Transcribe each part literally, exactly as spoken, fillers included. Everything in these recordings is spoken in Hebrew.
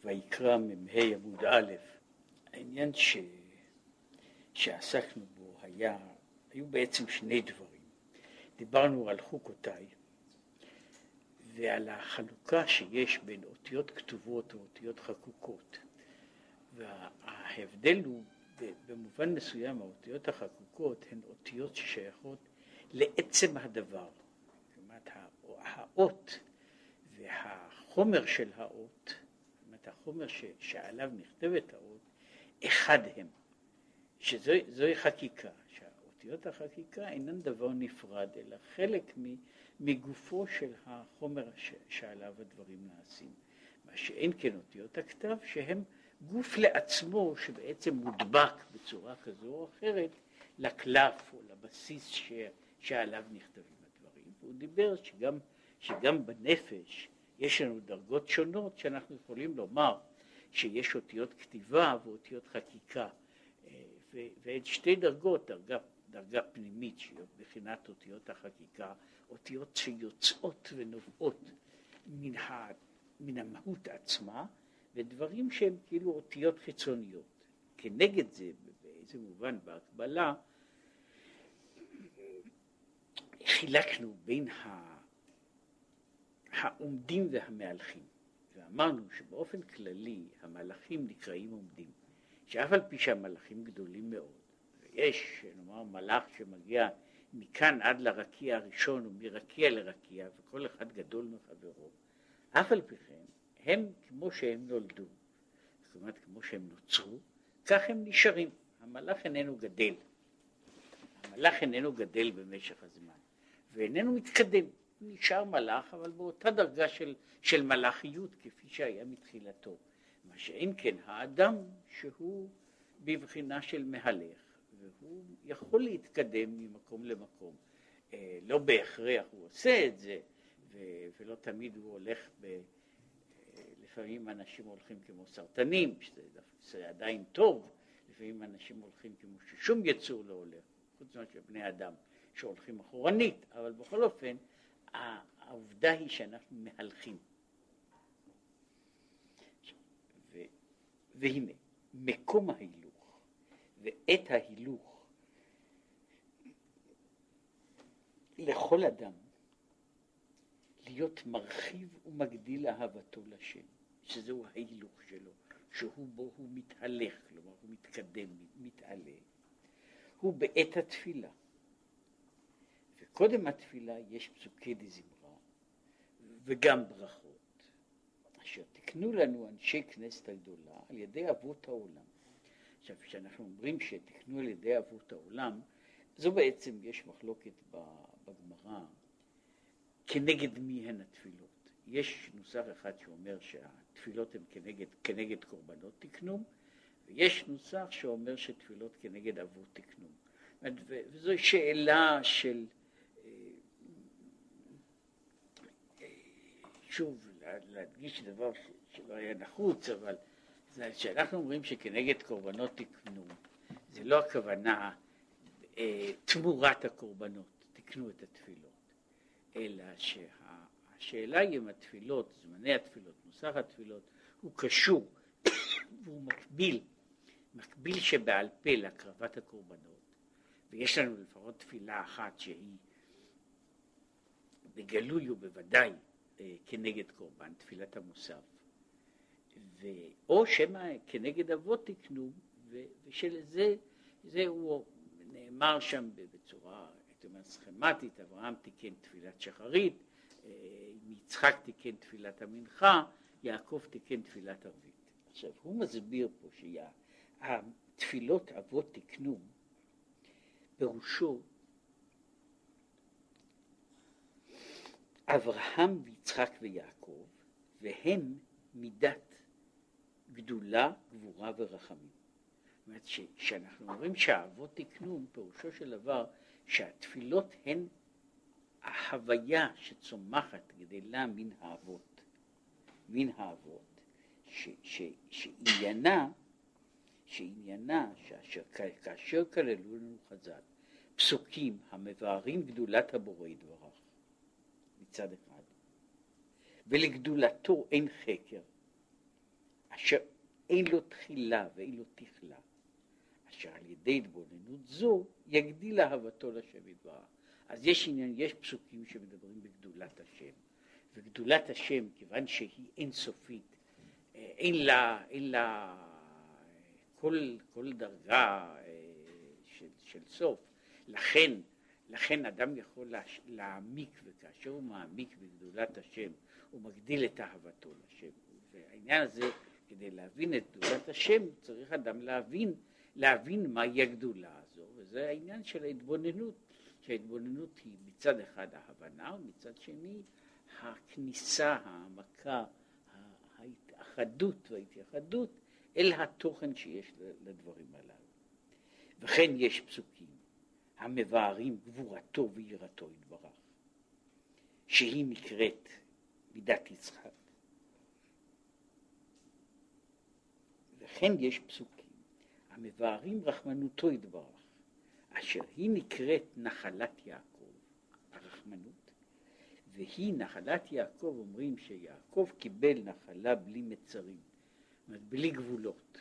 ויקרא מ"ה עמוד א', העניין ש... שעסקנו בו היה, היו בעצם שני דברים. דיברנו על חוקותיי ועל החלוקה שיש בין אותיות כתובות ואותיות חקוקות. וההבדל הוא, במובן מסוים, האותיות החקוקות הן אותיות ששייכות לעצם הדבר. זאת אומרת, האות והחומר של האות, זאת אומרת, החומר ש... שעליו נכתבת האות, אחד הם. שזוהי חקיקה, שהאותיות החקיקה אינן דבר נפרד, אלא חלק מגופו של החומר ש... שעליו הדברים נעשים. מה שאין כן אותיות הכתב, שהם גוף לעצמו שבעצם מודבק בצורה כזו או אחרת לקלף או לבסיס ש... שעליו נכתבים הדברים. והוא דיבר שגם, שגם בנפש יש לנו דרגות שונות שאנחנו יכולים לומר שיש אותיות כתיבה ואותיות חקיקה. ואין שתי דרגות, דרגה, דרגה פנימית שהיא בחינת אותיות החקיקה, אותיות שיוצאות ונובעות מן, ה, מן המהות עצמה, ודברים שהם כאילו אותיות חיצוניות. כנגד זה, באיזה מובן בהקבלה, חילקנו בין העומדים והמהלכים, ואמרנו שבאופן כללי המהלכים נקראים עומדים. שאף על פי שהמלאכים גדולים מאוד, ויש, נאמר, מלאך שמגיע מכאן עד לרקיע הראשון ומרקיע לרקיע, וכל אחד גדול מחברו, אף על פי כן, הם כמו שהם נולדו, זאת אומרת, כמו שהם נוצרו, כך הם נשארים. המלאך איננו גדל. המלאך איננו גדל במשך הזמן, ואיננו מתקדם. הוא נשאר מלאך, אבל באותה דרגה של, של מלאכיות, כפי שהיה מתחילתו. מה שאין כן האדם שהוא בבחינה של מהלך, והוא יכול להתקדם ממקום למקום. אה, לא בהכרח הוא עושה את זה, ו- ולא תמיד הוא הולך, ב- אה, לפעמים אנשים הולכים כמו סרטנים, שזה, שזה עדיין טוב, לפעמים אנשים הולכים כמו ששום יצור לא הולך, חוץ ממה שבני אדם שהולכים אחורנית, אבל בכל אופן, העובדה היא שאנחנו מהלכים. והנה, מקום ההילוך ואת ההילוך לכל אדם להיות מרחיב ומגדיל אהבתו לשם, שזהו ההילוך שלו, שהוא בו הוא מתהלך, כלומר הוא מתקדם, מתעלה, הוא בעת התפילה. וקודם התפילה יש פסוקי דזמרה וגם ברכות. אשר תקנו לנו אנשי כנסת הגדולה על ידי אבות העולם. עכשיו, כשאנחנו אומרים שתקנו על ידי אבות העולם, זו בעצם יש מחלוקת בגמרא כנגד מי הן התפילות. יש נוסח אחד שאומר שהתפילות הן כנגד, כנגד קורבנות תקנו, ויש נוסח שאומר שתפילות כנגד אבות תקנו. וזו שאלה של, שוב, להדגיש דבר שלא היה נחוץ, אבל כשאנחנו אומרים שכנגד קורבנות תקנו, זה לא הכוונה אה, תמורת הקורבנות, תקנו את התפילות, אלא שהשאלה היא אם התפילות, זמני התפילות, נוסח התפילות, הוא קשור והוא מקביל, מקביל שבעל פה להקרבת הקורבנות, ויש לנו לפחות תפילה אחת שהיא בגלוי ובוודאי כנגד קורבן, תפילת המוסף, ו... או שמה כנגד אבות תקנו, ו... ושלזה זה הוא נאמר שם בצורה סכמטית, אברהם תיקן תפילת שחרית, יצחק תיקן תפילת המנחה, יעקב תיקן תפילת ערבית. עכשיו הוא מסביר פה שהתפילות אבות תקנו פירושו אברהם ויצחק ויעקב, והם מידת גדולה, גבורה ורחמים. זאת אומרת שאנחנו אומרים שהאבות תקנו, פירושו של דבר שהתפילות הן החוויה שצומחת גדלה מן האבות, מן האבות, ש, ש, שעניינה, שעניינה שאשר, כאשר כללו לנו חז"ל פסוקים המבארים גדולת הבורא יתברך מצד אחד, ולגדולתו אין חקר, אין לו תחילה ואין לו תכלה, אשר על ידי התבוננות זו יגדיל אהבתו לשם יתברך. אז יש עניין, יש פסוקים שמדברים בגדולת השם, וגדולת השם, כיוון שהיא אינסופית, אין לה, אין לה כל, כל דרגה של, של סוף, לכן, לכן אדם יכול להעמיק, וכאשר הוא מעמיק בגדולת השם, הוא מגדיל את אהבתו לשם. והעניין הזה, כדי להבין את גדולת השם, צריך אדם להבין, להבין מהי הגדולה הזו, וזה העניין של ההתבוננות, שההתבוננות היא מצד אחד ההבנה, ומצד שני הכניסה, העמקה, ההתאחדות וההתייחדות אל התוכן שיש לדברים הללו. וכן יש פסוקים המבארים גבורתו ויראתו יתברך, שהיא נקראת מידת יצחק. וכן יש פסוקים המבארים רחמנותו יתברך, אשר היא נקראת נחלת יעקב, הרחמנות, והיא נחלת יעקב. אומרים שיעקב קיבל נחלה בלי מצרים, בלי גבולות,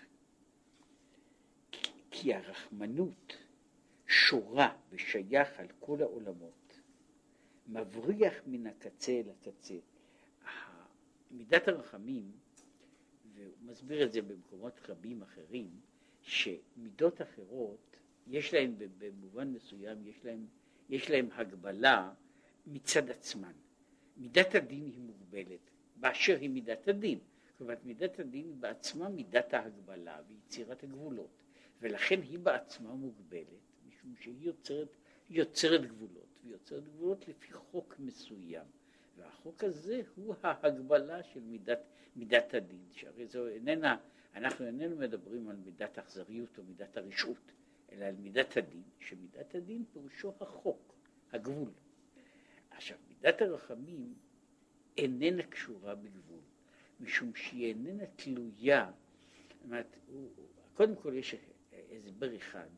כי הרחמנות שורה ושייך על כל העולמות, מבריח מן הקצה אל הקצה. מידת הרחמים, והוא מסביר את זה במקומות רבים אחרים, שמידות אחרות יש להם במובן מסוים, יש להם, יש להם הגבלה מצד עצמן. מידת הדין היא מוגבלת באשר היא מידת הדין. זאת אומרת, מידת הדין בעצמה מידת ההגבלה ויצירת הגבולות, ולכן היא בעצמה מוגבלת, משום שהיא יוצרת, יוצרת גבולות, ויוצרת גבולות לפי חוק מסוים, והחוק הזה הוא ההגבלה של מידת, מידת הדין, שהרי זו איננה, אנחנו איננו מדברים על מידת האכזריות או מידת הרשעות, אלא על מידת הדין, שמידת הדין פירושו החוק, הגבול. עכשיו, מידת הרחמים איננה קשורה בגבול, משום שהיא איננה תלויה. זאת אומרת, קודם כל יש הסבר אחד,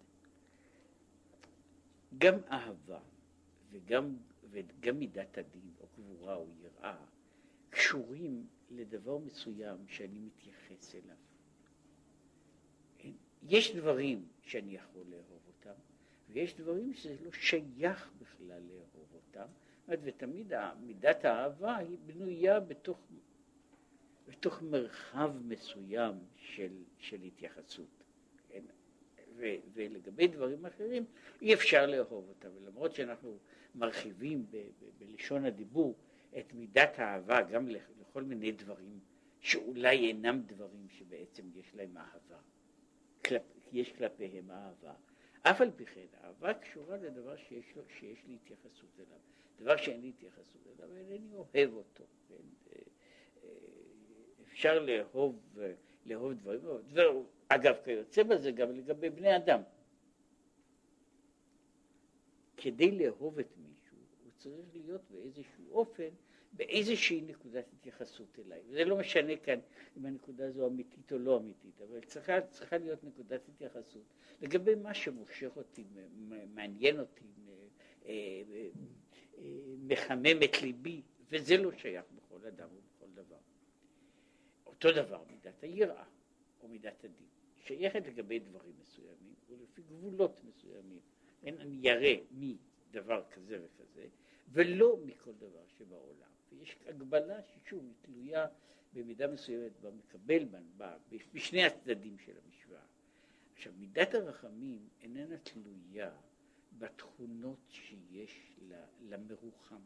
גם אהבה וגם, וגם מידת הדין או גבורה או יראה קשורים לדבר מסוים שאני מתייחס אליו. יש דברים שאני יכול לאהוב אותם, ויש דברים שזה לא שייך בכלל לאהוב אותם, ותמיד מידת האהבה היא בנויה בתוך, בתוך מרחב מסוים של, של התייחסות. ו, ולגבי דברים אחרים אי אפשר לאהוב אותם, ולמרות שאנחנו מרחיבים ב, ב, בלשון הדיבור את מידת האהבה גם לכל מיני דברים שאולי אינם דברים שבעצם יש להם אהבה, כלפ, יש כלפיהם אהבה, אף על פי כן האהבה קשורה לדבר שיש, לו, שיש לי התייחסות אליו, דבר שאין לי התייחסות אליו, אינני אוהב אותו. אפשר לאהוב, לאהוב דברים, אגב כיוצא בזה גם לגבי בני אדם. כדי לאהוב את מישהו הוא צריך להיות באיזשהו אופן, באיזושהי נקודת התייחסות אליי. זה לא משנה כאן אם הנקודה הזו אמיתית או לא אמיתית, אבל צריכה, צריכה להיות נקודת התייחסות לגבי מה שמושך אותי, מעניין אותי, מחמם את ליבי, וזה לא שייך בכל אדם ובכל דבר. אותו דבר מידת היראה או מידת הדין, שייכת לגבי דברים מסוימים ולפי גבולות מסוימים. אין אני ירא מדבר כזה וכזה, ולא מכל דבר שבעולם. ויש הגבלה ששוב היא תלויה במידה מסוימת במקבל, בשני הצדדים של המשוואה. עכשיו, מידת הרחמים איננה תלויה בתכונות שיש למרוחם.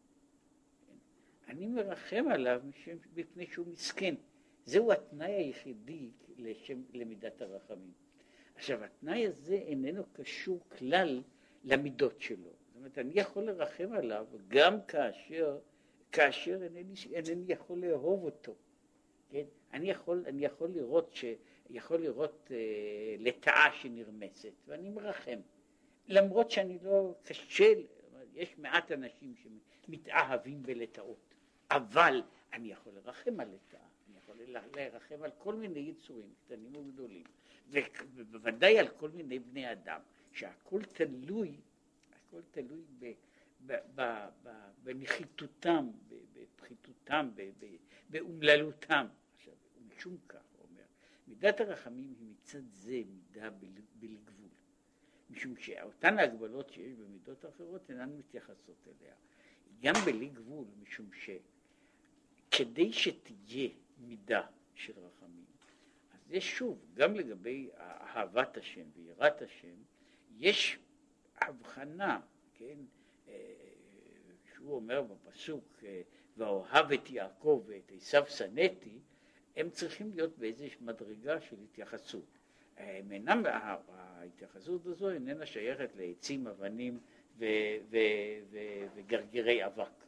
אני מרחם עליו מפני שהוא מסכן. זהו התנאי היחידי לשם, למידת הרחמים. עכשיו, התנאי הזה איננו קשור כלל למידות שלו. זאת אומרת, אני יכול לרחם עליו גם כאשר, כאשר אינני, אינני יכול לאהוב אותו. כן? אני יכול, אני יכול לראות, ש, יכול לראות אה, לטעה שנרמסת, ואני מרחם. למרות שאני לא קשה, יש מעט אנשים שמתאהבים בלטעות, אבל אני יכול לרחם על לטעה. אני יכול לרחם על כל מיני יצורים, קטנים וגדולים, ובוודאי על כל מיני בני אדם, שהכל תלוי, הכל תלוי ב, ב, ב, ב, בנחיתותם, בפחיתותם, באומללותם. עכשיו, משום כך, הוא אומר, מידת הרחמים היא מצד זה מידה בלי, בלי גבול, משום שאותן ההגבלות שיש במידות האחרות אינן מתייחסות אליה. גם בלי גבול, משום שכדי שתהיה מידה של רחמים, אז יש שוב, גם לגבי אהבת השם ויראת השם, יש הבחנה, כן, שהוא אומר בפסוק, ואוהב את יעקב ואת עשיו שנאתי, הם צריכים להיות באיזושהי מדרגה של התייחסות. הם אינם, ההתייחסות הזו איננה שייכת לעצים, אבנים ו- ו- ו- וגרגירי אבק.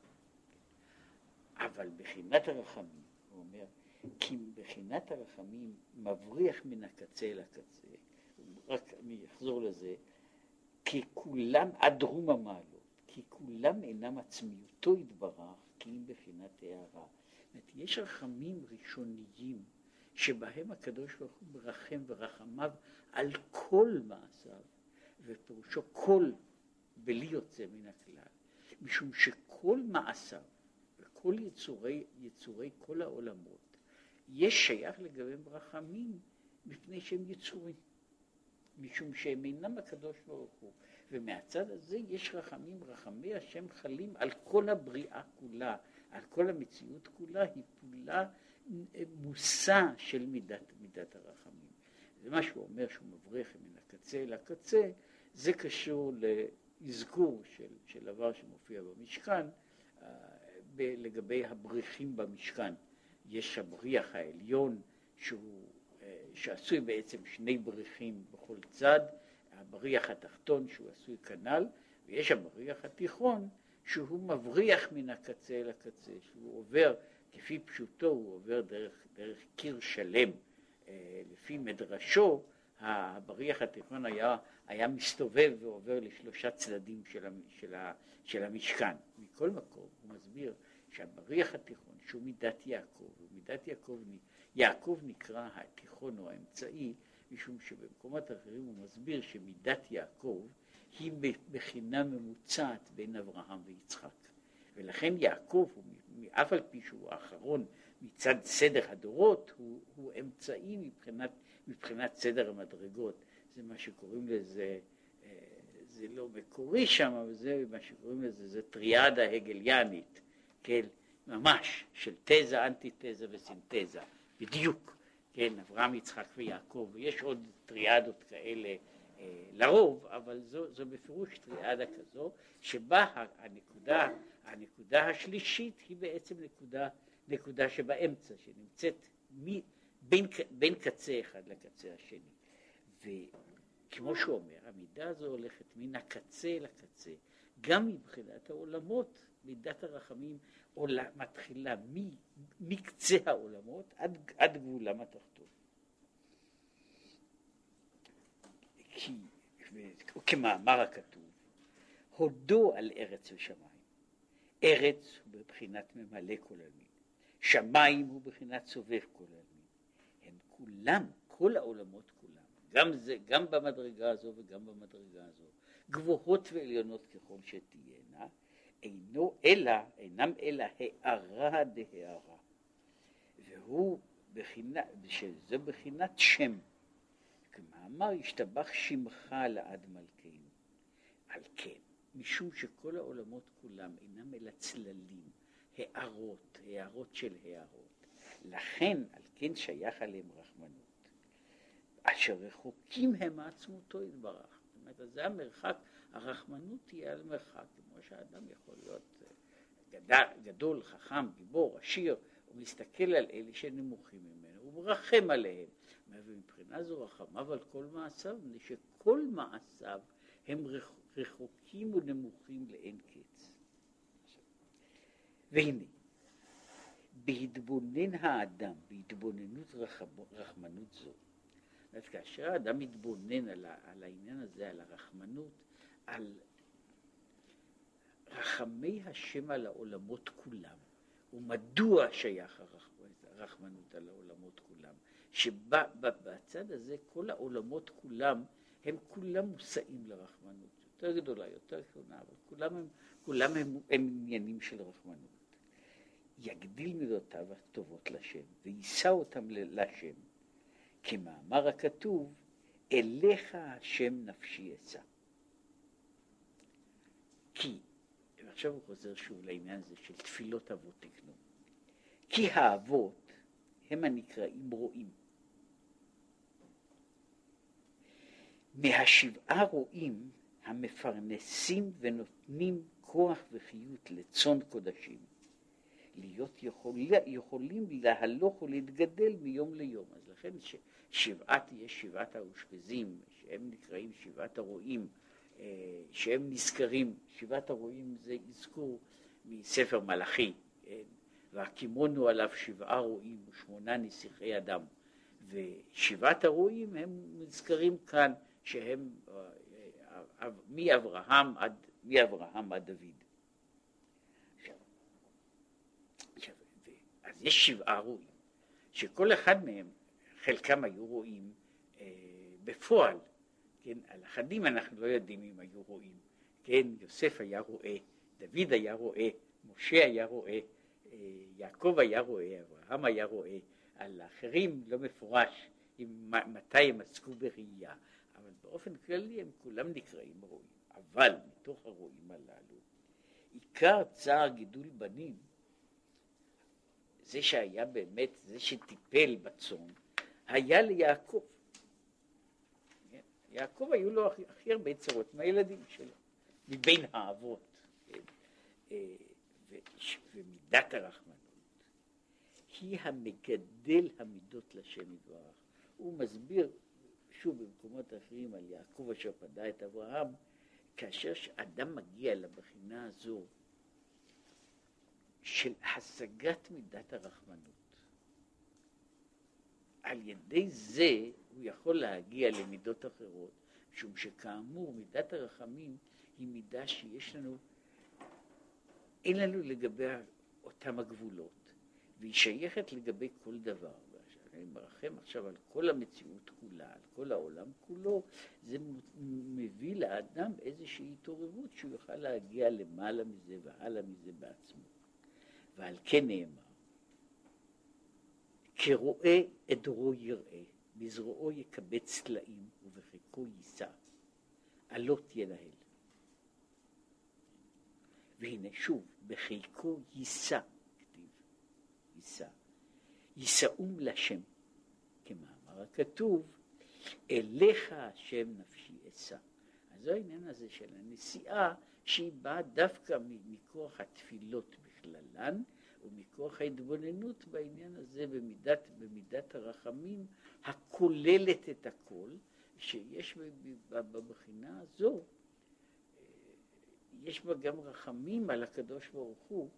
אבל בחינת הרחמים, הוא אומר, כי בחינת הרחמים מבריח מן הקצה אל הקצה, רק אני אחזור לזה, כי כולם עד רום המעלות, כי כולם אינם עצמיותו יתברך, כי אם בחינת הערה. יש רחמים ראשוניים שבהם הקדוש ברוך הוא מרחם ורחמיו על כל מעשיו, ופירושו כל בלי יוצא מן הכלל, משום שכל מעשיו וכל יצורי, יצורי כל העולמות יש שייך לגביהם רחמים מפני שהם יצורים, משום שהם אינם הקדוש ברוך הוא. ומהצד הזה יש רחמים, רחמי השם חלים על כל הבריאה כולה, על כל המציאות כולה, היא פעולה מושא של מידת, מידת הרחמים. זה מה שהוא אומר שהוא מבריח מן הקצה אל הקצה, זה קשור לאזכור של, של דבר שמופיע במשכן, ב, לגבי הבריחים במשכן. יש הבריח העליון שהוא, שעשוי בעצם שני בריחים בכל צד, הבריח התחתון שהוא עשוי כנל, ויש הבריח התיכון שהוא מבריח מן הקצה אל הקצה, שהוא עובר, כפי פשוטו, הוא עובר דרך, דרך קיר שלם. לפי מדרשו, הבריח התיכון היה, היה מסתובב ועובר לשלושה צדדים של, של, של המשכן. מכל מקום הוא מסביר שהבריח התיכון, שהוא מידת יעקב, ומידת יעקב, יעקב נקרא התיכון או האמצעי, משום שבמקומות אחרים הוא מסביר שמידת יעקב היא בחינה ממוצעת בין אברהם ויצחק. ולכן יעקב, אף על פי שהוא האחרון מצד סדר הדורות, הוא, הוא אמצעי מבחינת, מבחינת סדר המדרגות. זה מה שקוראים לזה, זה לא מקורי שם, אבל זה מה שקוראים לזה, זה טריאדה הגליאנית, כן, ממש, של תזה, אנטיתזה וסינתזה, בדיוק. כן, אברהם, יצחק ויעקב, ויש עוד טריאדות כאלה אה, לרוב, אבל זו, זו בפירוש טריאדה כזו, שבה הנקודה, הנקודה השלישית היא בעצם נקודה, נקודה שבאמצע, שנמצאת מ, בין, בין קצה אחד לקצה השני. וכמו שהוא אומר, המידה הזו הולכת מן הקצה לקצה, גם מבחינת העולמות, מידת הרחמים עולה, מתחילה מ, מקצה העולמות עד, עד גבולם התחתון. כי, כמאמר הכתוב, הודו על ארץ ושמיים. ארץ הוא בבחינת ממלא כל עלמין, שמיים הוא בבחינת סובב כל עלמין. הם כולם, כל העולמות כולם, גם זה, גם במדרגה הזו וגם במדרגה הזו, גבוהות ועליונות ככל שתהיינה, אינו אלא, אינם אלא הערה דהערה, והוא בחינה, שזה בחינת שם, כמאמר ישתבח שמך לעד מלכנו. על כן, משום שכל העולמות כולם אינם אלא צללים, הערות, הערות של הערות, לכן על כן שייך עליהם רחמנות, אשר רחוקים הם מעצמותו יתברך. זאת אומרת, זה המרחק, הרחמנות תהיה על מרחק, כמו שהאדם יכול להיות גדול, גדול, חכם, גיבור, עשיר, הוא מסתכל על אלה שנמוכים ממנו, הוא מרחם עליהם. ומבחינה זו רחמיו על כל מעשיו, שכל מעשיו הם רחוקים ונמוכים לאין קץ. והנה, בהתבונן האדם, בהתבוננות רחמנות זו, כאשר האדם מתבונן על, על העניין הזה, על הרחמנות, על רחמי השם על העולמות כולם, ומדוע שייך הרחמנות על העולמות כולם, שבצד הזה כל העולמות כולם, הם כולם מושאים לרחמנות, יותר גדולה, יותר קטנה, אבל כולם הם, כולם הם, הם עניינים של רחמנות. יגדיל מידותיו הטובות לשם, ויישא אותם לשם, כמאמר הכתוב, אליך השם נפשי אשא. כי, ועכשיו הוא חוזר שוב לעניין הזה של תפילות אבות תקנו, כי האבות הם הנקראים רועים. מהשבעה רועים המפרנסים ונותנים כוח וחיות לצאן קודשים, להיות יכול, יכולים להלוך ולהתגדל מיום ליום. אז לכן שבעת, יש שבעת האושפזים, שהם נקראים שבעת הרועים, שהם נזכרים, שבעת הרועים זה אזכור מספר מלאכי, והקימונו עליו שבעה רועים ושמונה נסיכי אדם, ושבעת הרועים הם נזכרים כאן שהם מאברהם עד, מאברהם עד דוד. אז יש שבעה רועים, שכל אחד מהם, חלקם היו רועים אה, בפועל, כן? על אחדים אנחנו לא יודעים אם היו רועים, כן? יוסף היה רואה, דוד היה רואה, משה היה רואה, אה, יעקב היה רואה, אברהם היה רואה, על האחרים לא מפורש עם, מתי הם עסקו בראייה, אבל באופן כללי הם כולם נקראים רועים. אבל מתוך הרועים הללו, עיקר צער גידול בנים, זה שהיה באמת, זה שטיפל בצאן, היה ליעקב. יעקב היו לו הכי, הכי הרבה צרות מהילדים שלו, מבין האבות. ומידת הרחמנות היא המגדל המידות לשם יתברך. הוא מסביר שוב במקומות אחרים על יעקב אשר פדה את אברהם, כאשר אדם מגיע לבחינה הזו של השגת מידת הרחמנות, על ידי זה הוא יכול להגיע למידות אחרות, משום שכאמור מידת הרחמים היא מידה שיש לנו, אין לנו לגבי אותם הגבולות, והיא שייכת לגבי כל דבר. אני מרחם עכשיו על כל המציאות כולה, על כל העולם כולו, זה מביא לאדם איזושהי התעוררות שהוא יוכל להגיע למעלה מזה והלאה מזה בעצמו. ועל כן נאמר, כרואה עדרו יראה, בזרועו יקבץ צלעים ובחיקו יישא, עלות ינהל. והנה שוב, בחיקו יישא, כתיב, יישא. יישאום לשם, כמאמר הכתוב, אליך השם נפשי אשא. אז זו העניין הזה של הנסיעה, שהיא באה דווקא מכוח התפילות בכללן, ומכוח ההתבוננות בעניין הזה במידת, במידת הרחמים הכוללת את הכל, שיש בבחינה הזו, יש בה גם רחמים על הקדוש ברוך הוא.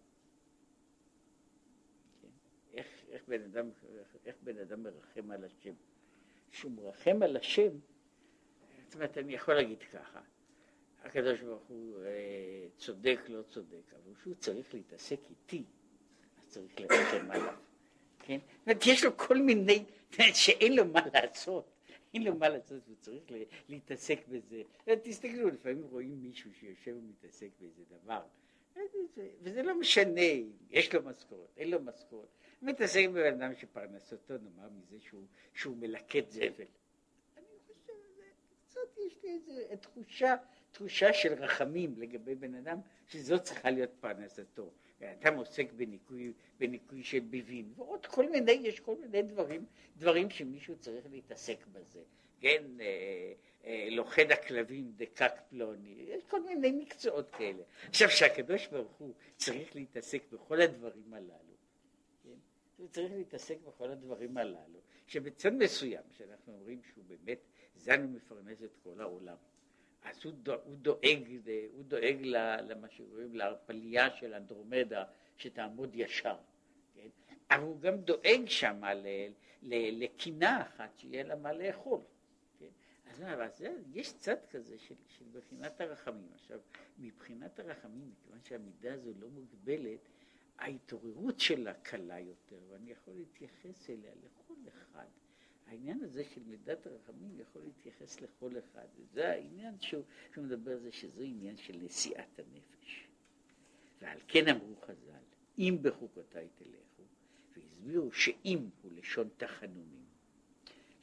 איך, איך, בן אדם, איך בן אדם מרחם על השם? שהוא מרחם על השם, זאת אומרת, אני יכול להגיד ככה, הקדוש ברוך הוא אה, צודק, לא צודק, אבל שהוא צריך להתעסק איתי, אז צריך לרחם עליו. כן? זאת אומרת, יש לו כל מיני, שאין לו מה לעשות, אין לו מה לעשות, הוא צריך להתעסק בזה. תסתכלו, לפעמים רואים מישהו שיושב ומתעסק באיזה דבר, וזה לא משנה, יש לו משכורת, אין לו משכורת. מתעסק בבן אדם שפרנסתו נאמר מזה שהוא, שהוא מלקט זבל. אני חושב, זאת יש לי איזו תחושה, תחושה של רחמים לגבי בן אדם, שזאת צריכה להיות פרנסתו. אדם עוסק בניקוי, בניקוי של ביבים, ועוד כל מיני, יש כל מיני דברים, דברים שמישהו צריך להתעסק בזה. כן, אה, אה, לוכד הכלבים, דקק פלוני, יש כל מיני מקצועות כאלה. עכשיו, שהקדוש ברוך הוא צריך להתעסק בכל הדברים הללו, כן? הוא צריך להתעסק בכל הדברים הללו, שבצד מסוים, שאנחנו אומרים שהוא באמת זן ומפרנס את כל העולם, אז הוא דואג, הוא דואג, הוא דואג למה שקוראים להרפליה של אנדרומדה, שתעמוד ישר, כן? אבל הוא גם דואג שם לקינה אחת, שיהיה לה מה לאכול. אז, אז יש צד כזה של, של בחינת הרחמים. עכשיו, מבחינת הרחמים, מכיוון שהמידה הזו לא מוגבלת, ההתעוררות שלה קלה יותר, ואני יכול להתייחס אליה לכל אחד. העניין הזה של מידת הרחמים יכול להתייחס לכל אחד, וזה העניין שהוא, שהוא מדבר על זה, שזה עניין של נשיאת הנפש. ועל כן אמרו חז"ל, אם בחוקותיי תלכו, והסבירו שאם הוא לשון תחנונים,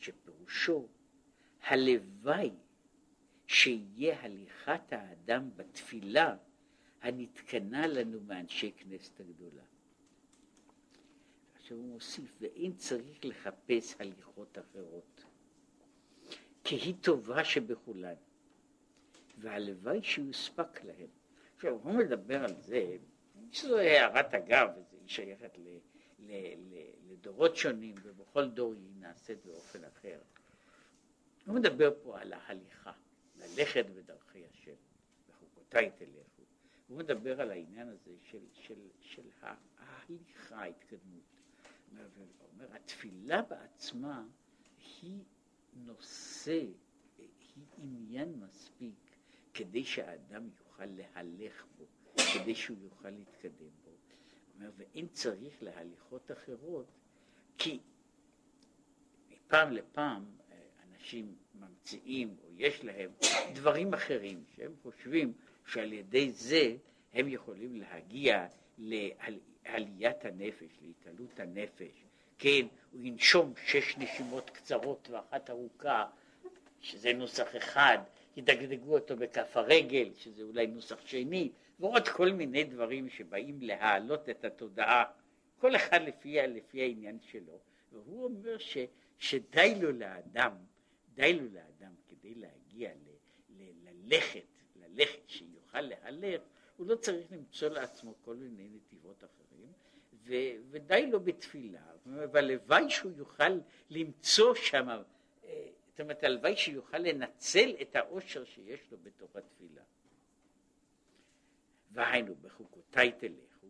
שפירושו הלוואי שיהיה הליכת האדם בתפילה הנתקנה לנו מאנשי כנסת הגדולה. עכשיו הוא מוסיף, ואין צריך לחפש הליכות אחרות, כי היא טובה שבכולן, והלוואי שיוספק להם. עכשיו הוא מדבר על זה, שזו הערת אגב, וזה היא שייכת ל, ל, ל, לדורות שונים, ובכל דור היא נעשית באופן אחר. הוא מדבר פה על ההליכה, ללכת בדרכי השם, בחוקותיי תלכו. הוא מדבר על העניין הזה של, של, של ההליכה, ההתקדמות. הוא אומר, התפילה בעצמה היא נושא, היא עניין מספיק כדי שהאדם יוכל להלך בו, כדי שהוא יוכל להתקדם בו. הוא אומר, ואין צריך להליכות אחרות, כי מפעם לפעם אנשים ממציאים או יש להם דברים אחרים שהם חושבים שעל ידי זה הם יכולים להגיע לעליית הנפש, להתעלות הנפש. כן, הוא ינשום שש נשימות קצרות ואחת ארוכה, שזה נוסח אחד, ידגדגו אותו בכף הרגל, שזה אולי נוסח שני, ועוד כל מיני דברים שבאים להעלות את התודעה, כל אחד לפי, לפי העניין שלו. והוא אומר ש, שדי לו לאדם, די לו לאדם כדי להגיע ל, ל, ללכת, ללכת שיוכל להלך, הוא לא צריך למצוא לעצמו כל מיני נתיבות אחרים, ו, ודי לו בתפילה, והלוואי שהוא יוכל למצוא שם, זאת אומרת, הלוואי שיוכל לנצל את העושר שיש לו בתוך התפילה. והיינו, בחוקותיי תלכו,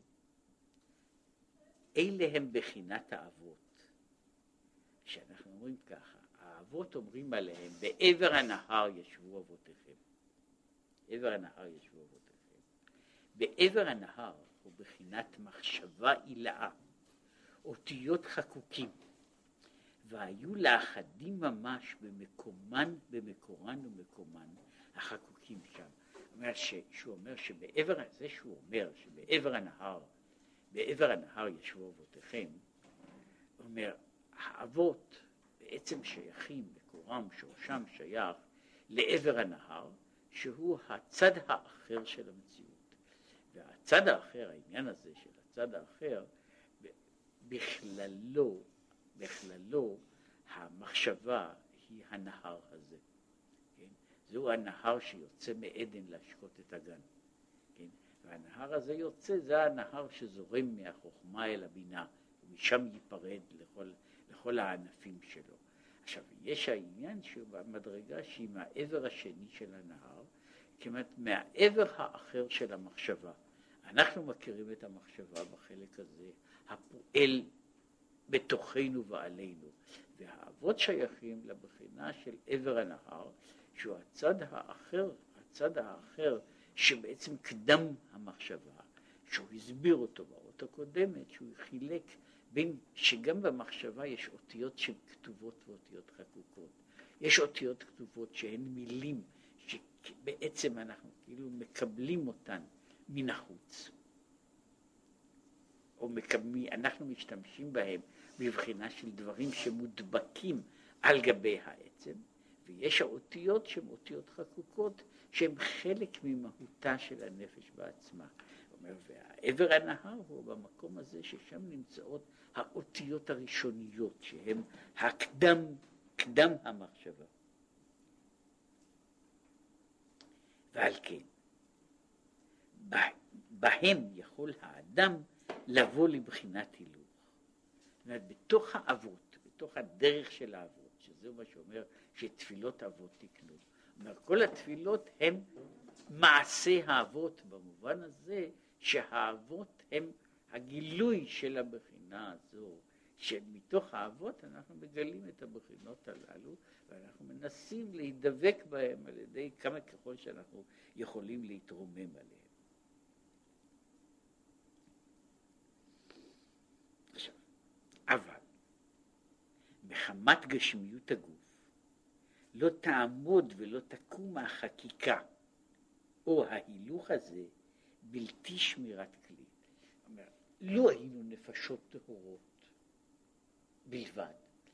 אלה הם בחינת האבות, שאנחנו אומרים ככה, האבות אומרים עליהם, בעבר הנהר ישבו אבותיכם. עבר הנהר ישבו אבותיכם. בעבר הנהר הוא בחינת מחשבה עילאה, אותיות חקוקים, והיו לאחדים ממש במקומן, במקורן ומקומן, החקוקים שם. אומר ש, שהוא אומר שבעבר, זה שהוא אומר שבעבר הנהר, בעבר הנהר ישבו אבותיכם, הוא אומר, האבות בעצם שייכים, מקורם, שורשם שייך לעבר הנהר, שהוא הצד האחר של המציאות. והצד האחר, העניין הזה של הצד האחר, בכללו, בכללו המחשבה היא הנהר הזה. כן? זהו הנהר שיוצא מעדן להשקות את הגן. כן? והנהר הזה יוצא, זה הנהר שזורם מהחוכמה אל הבינה, ומשם ייפרד לכל, לכל הענפים שלו. עכשיו, יש העניין שהוא במדרגה שהיא מהעבר השני של הנהר, כמעט מהעבר האחר של המחשבה. אנחנו מכירים את המחשבה בחלק הזה, הפועל בתוכנו ועלינו, והאבות שייכים לבחינה של עבר הנהר, שהוא הצד האחר, הצד האחר שבעצם קדם המחשבה, שהוא הסביר אותו באות הקודמת, שהוא חילק בין שגם במחשבה יש אותיות שהן כתובות ואותיות חקוקות. יש אותיות כתובות שהן מילים שבעצם אנחנו כאילו מקבלים אותן מן החוץ, או מקבלים, אנחנו משתמשים בהם בבחינה של דברים שמודבקים על גבי העצם, ויש האותיות שהן אותיות חקוקות שהן חלק ממהותה של הנפש בעצמה. אומר, והעבר הנהר הוא במקום הזה ששם נמצאות האותיות הראשוניות שהן הקדם, קדם המחשבה. ועל כן, בהם יכול האדם לבוא לבחינת הילוך. זאת אומרת, בתוך האבות, בתוך הדרך של האבות, שזהו מה שאומר שתפילות אבות תקנו. אומר, כל התפילות הן מעשה האבות, במובן הזה שהאבות הם הגילוי של הבחינה הזו, שמתוך האבות אנחנו מגלים את הבחינות הללו, ואנחנו מנסים להידבק בהם על ידי כמה ככל שאנחנו יכולים להתרומם עליהם. עכשיו, אבל מחמת גשמיות הגוף לא תעמוד ולא תקום החקיקה או ההילוך הזה בלתי שמירת כלי. אומר, לא היינו נפשות טהורות בלבד, אז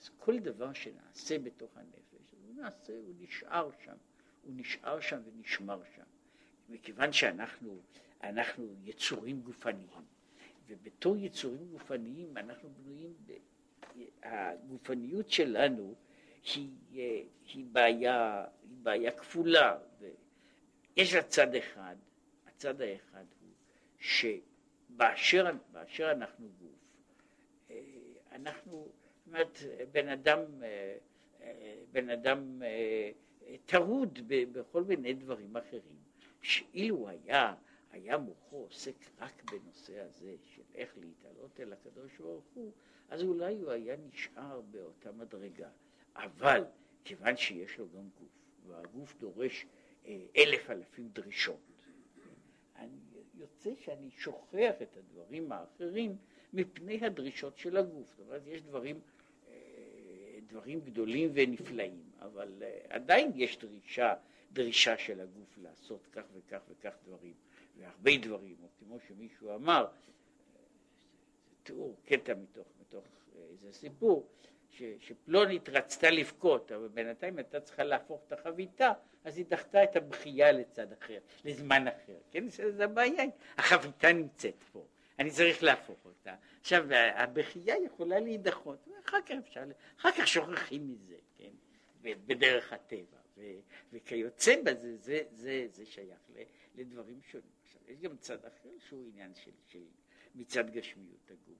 אז כל דבר שנעשה בתוך הנפש, הוא נעשה, הוא נשאר שם, הוא נשאר שם ונשמר שם. מכיוון שאנחנו אנחנו יצורים גופניים, ובתור יצורים גופניים אנחנו בנויים, הגופניות שלנו היא, היא, בעיה, היא בעיה כפולה. יש לה צד אחד, הצד האחד הוא שבאשר באשר אנחנו גוף, אנחנו, זאת אומרת, בן אדם, בן אדם טרוד בכל מיני דברים אחרים, שאילו היה, היה מוחו עוסק רק בנושא הזה של איך להתעלות אל הקדוש ברוך הוא, אז אולי הוא היה נשאר באותה מדרגה. אבל כיוון שיש לו גם גוף, והגוף דורש אלף אלפים דרישות, אני יוצא שאני שוכח את הדברים האחרים מפני הדרישות של הגוף. זאת אומרת, יש דברים, דברים גדולים ונפלאים, אבל עדיין יש דרישה, דרישה של הגוף לעשות כך וכך וכך דברים, והרבה דברים, או כמו שמישהו אמר, תיאור, קטע מתוך, מתוך איזה סיפור, ש, שפלונית רצתה לבכות, אבל בינתיים הייתה צריכה להפוך את החביתה, אז היא דחתה את הבכייה לצד אחר, לזמן אחר. כן, זה הבעיה, החביתה נמצאת פה, אני צריך להפוך אותה. עכשיו, הבכייה יכולה להידחות, ואחר כך אפשר, אחר כך שוכחים מזה, כן, בדרך הטבע, ו, וכיוצא בזה, זה, זה, זה שייך לדברים שונים. עכשיו, יש גם צד אחר שהוא עניין של, של מצד גשמיות הגוף.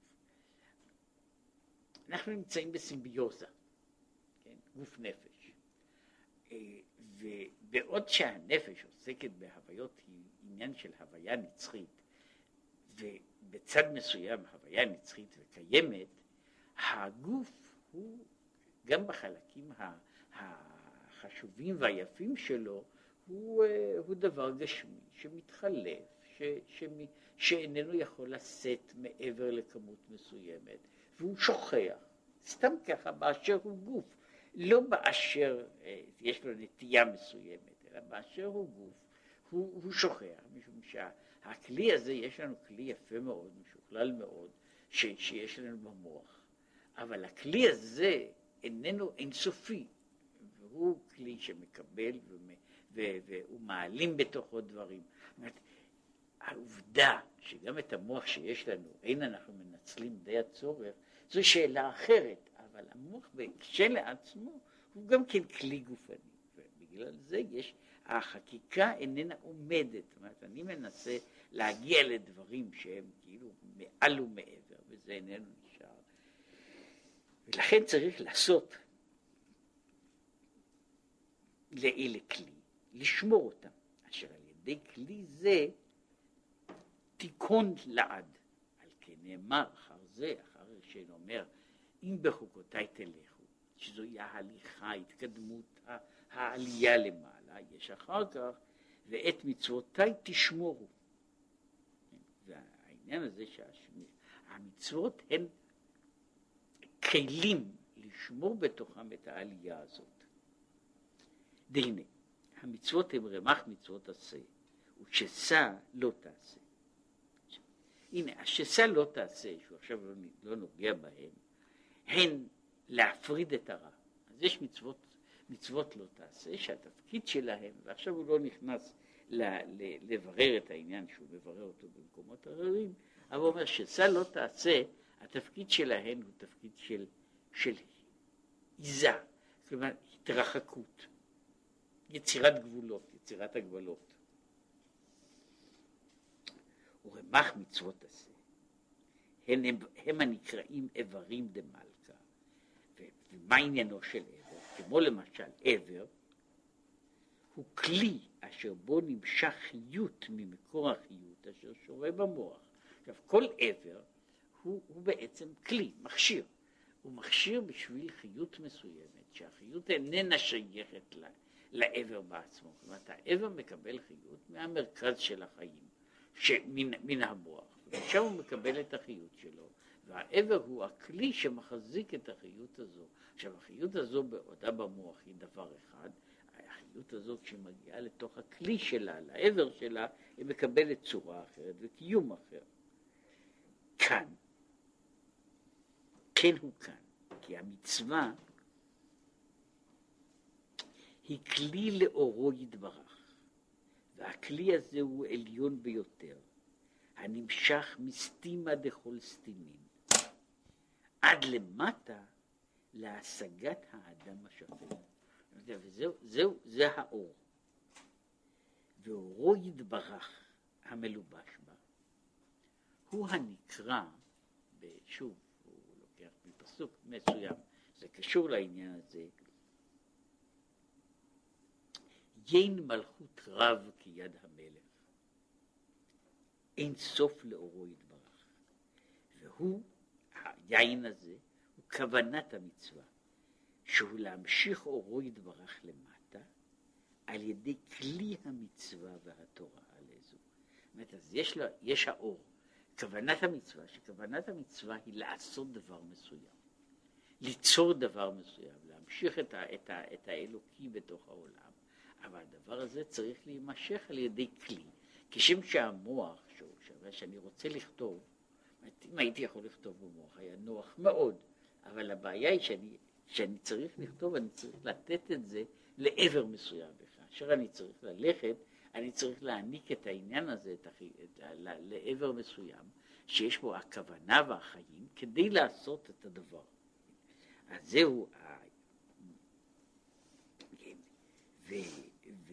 אנחנו נמצאים בסימביוזה, כן? גוף נפש, ובעוד שהנפש עוסקת בהוויות, היא עניין של הוויה נצחית, ובצד מסוים הוויה נצחית וקיימת, הגוף הוא גם בחלקים החשובים והיפים שלו, הוא, הוא דבר גשמי שמתחלף, ש, שמ, שאיננו יכול לשאת מעבר לכמות מסוימת, והוא שוכח, סתם ככה, באשר הוא גוף, לא באשר יש לו נטייה מסוימת, אלא באשר הוא גוף, הוא, הוא שוכח, משום שהכלי הזה, יש לנו כלי יפה מאוד, משוכלל מאוד, ש, שיש לנו במוח, אבל הכלי הזה איננו אינסופי, והוא כלי שמקבל והוא מעלים בתוכו דברים. זאת אומרת, העובדה שגם את המוח שיש לנו, אין אנחנו מנצלים די הצורך, זו שאלה אחרת, אבל המוח כשלעצמו הוא גם כן כלי גופני, ובגלל זה יש, החקיקה איננה עומדת, זאת אומרת, אני מנסה להגיע לדברים שהם כאילו מעל ומעבר, וזה איננו נשאר, ולכן צריך לעשות לאלה כלי, לשמור אותם, אשר על ידי כלי זה תיקון לעד, על כן נאמר אחר זה, אחר שאומר, אם בחוקותיי תלכו, שזוהי ההליכה, התקדמות, העלייה למעלה, יש אחר כך, ואת מצוותיי תשמורו. והעניין הזה שהמצוות הן כלים לשמור בתוכם את העלייה הזאת. דהנה, המצוות הם רמ"ח מצוות עשה, ושסה לא תעשה. הנה, השסה לא תעשה, שהוא עכשיו לא, לא נוגע בהם, הן להפריד את הרע. אז יש מצוות, מצוות לא תעשה, שהתפקיד שלהם, ועכשיו הוא לא נכנס ל, ל, לברר את העניין שהוא מברר אותו במקומות אחרים, אבל הוא אומר שסה לא תעשה, התפקיד שלהם הוא תפקיד של, של עיזה, כלומר התרחקות, יצירת גבולות, יצירת הגבלות. ורמ"ח מצוות עשה, הם, הם הנקראים איברים דמלכה. ומה עניינו של עבר? כמו למשל עבר הוא כלי אשר בו נמשך חיות ממקור החיות אשר שורה במוח. עכשיו כל עבר הוא, הוא בעצם כלי, מכשיר. הוא מכשיר בשביל חיות מסוימת, שהחיות איננה שייכת לה, לעבר בעצמו. זאת אומרת, העבר מקבל חיות מהמרכז של החיים, שמן, מן המוח, ושם הוא מקבל את החיות שלו, והעבר הוא הכלי שמחזיק את החיות הזו. עכשיו, החיות הזו בעודה במוח היא דבר אחד, החיות הזו כשמגיעה לתוך הכלי שלה, לעבר שלה, היא מקבלת צורה אחרת וקיום אחר. כאן, כן הוא כאן, כי המצווה היא כלי לאורו יתברך, והכלי הזה הוא עליון ביותר, הנמשך מסתימה דכל סתימין, עד למטה להשגת האדם השפל. וזהו, זהו, זה האור. ואורו יתברך המלובש בה, הוא הנקרא, שוב, הוא לוקח מפסוק מסוים, זה קשור לעניין הזה, ין מלכות רב כיד המלך, אין סוף לאורו יתברך. והוא, היין הזה, הוא כוונת המצווה, שהוא להמשיך אורו יתברך למטה, על ידי כלי המצווה והתורה עליזו. זאת אומרת, אז יש, לה, יש האור, כוונת המצווה, שכוונת המצווה היא לעשות דבר מסוים, ליצור דבר מסוים, להמשיך את, ה, את, ה, את האלוקי בתוך העולם, אבל הדבר הזה צריך להימשך על ידי כלי, כשם שהמוח, שאני רוצה לכתוב, אם הייתי יכול לכתוב במוח, היה נוח מאוד, אבל הבעיה היא שאני, שאני צריך לכתוב, אני צריך לתת את זה לעבר מסוים, וכאשר אני צריך ללכת, אני צריך להעניק את העניין הזה את החי... את ה... לעבר מסוים, שיש בו הכוונה והחיים, כדי לעשות את הדבר. אז זהו, ה... ו... ו...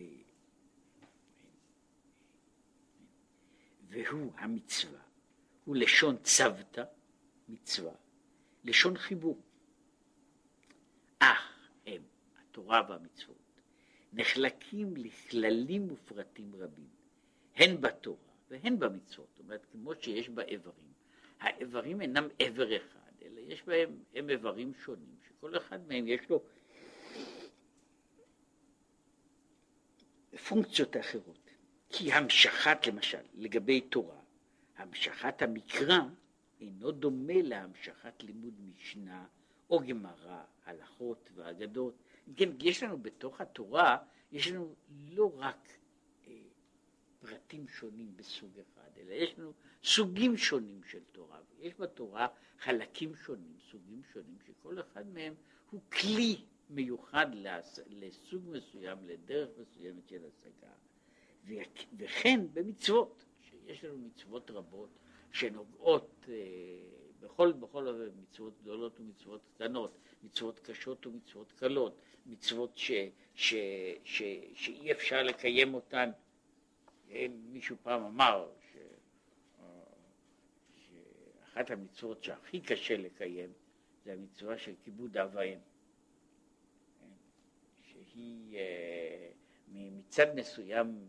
והוא המצווה, הוא לשון צוותא, מצווה, לשון חיבור. אך הם, התורה והמצוות, נחלקים לכללים ופרטים רבים, הן בתורה והן במצוות. זאת אומרת, כמו שיש באיברים, האיברים אינם איבר אחד, אלא יש בהם הם איברים שונים, שכל אחד מהם יש לו פונקציות אחרות. כי המשכת, למשל, לגבי תורה, המשכת המקרא אינו דומה להמשכת לימוד משנה או גמרא, הלכות ואגדות. כן, יש לנו בתוך התורה, יש לנו לא רק אה, פרטים שונים בסוג אחד, אלא יש לנו סוגים שונים של תורה. יש בתורה חלקים שונים, סוגים שונים, שכל אחד מהם הוא כלי מיוחד לס... לסוג מסוים, לדרך מסוימת של השגה. ו... וכן במצוות, שיש לנו מצוות רבות שנוגעות אה, בכל, בכל מצוות גדולות ומצוות קטנות, מצוות קשות ומצוות קלות, מצוות ש, ש, ש, שאי אפשר לקיים אותן. מישהו פעם אמר ש, שאחת המצוות שהכי קשה לקיים זה המצווה של כיבוד אב ואם, שהיא מצד מסוים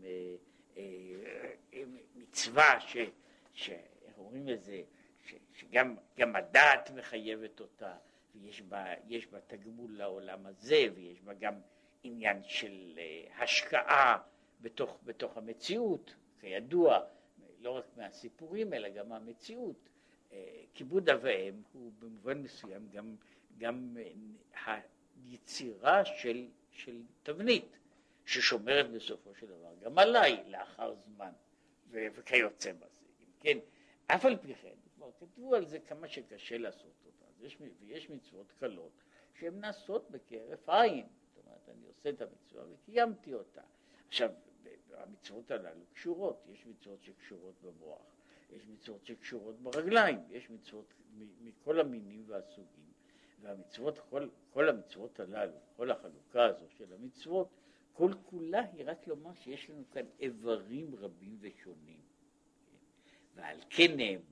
מצווה ש, שאומרים לזה, שגם גם הדעת מחייבת אותה, ויש בה, יש בה תגמול לעולם הזה, ויש בה גם עניין של השקעה בתוך, בתוך המציאות, כידוע, לא רק מהסיפורים, אלא גם מהמציאות. כיבוד אב ואם הוא במובן מסוים גם, גם היצירה של, של תבנית, ששומרת בסופו של דבר גם עליי לאחר זמן, וכיוצא בזה. כן, אף על פי כן, כבר כתבו על זה כמה שקשה לעשות אותה. יש, ויש מצוות קלות שהן נעשות בכהרף עין. זאת אומרת, אני עושה את המצווה וקיימתי אותה. עכשיו, המצוות הללו קשורות. יש מצוות שקשורות במוח, יש מצוות שקשורות ברגליים, יש מצוות מכל המינים והסוגים. והמצוות, כל, כל המצוות הללו, כל החלוקה הזו של המצוות, כל כולה היא רק לומר שיש לנו כאן איברים רבים ושונים. ועל כן נאמר,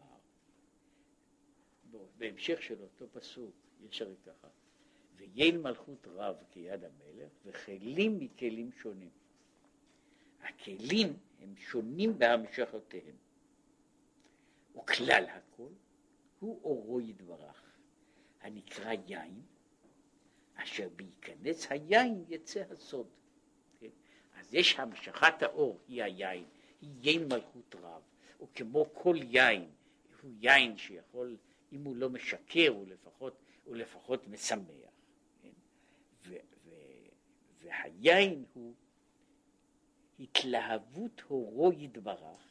בהמשך של אותו פסוק, יש הרי ככה, ויין מלכות רב כיד המלך, וכלים מכלים שונים. הכלים הם שונים בהמשכותיהם. וכלל הכל הוא אורו יתברך, הנקרא יין, אשר בהיכנס היין יצא הסוד. כן? אז יש המשכת האור, היא היין, היא יין מלכות רב. וכמו כל יין, הוא יין שיכול, אם הוא לא משקר, הוא לפחות, הוא לפחות משמח. כן? ו, ו, והיין הוא התלהבות אורו יתברך,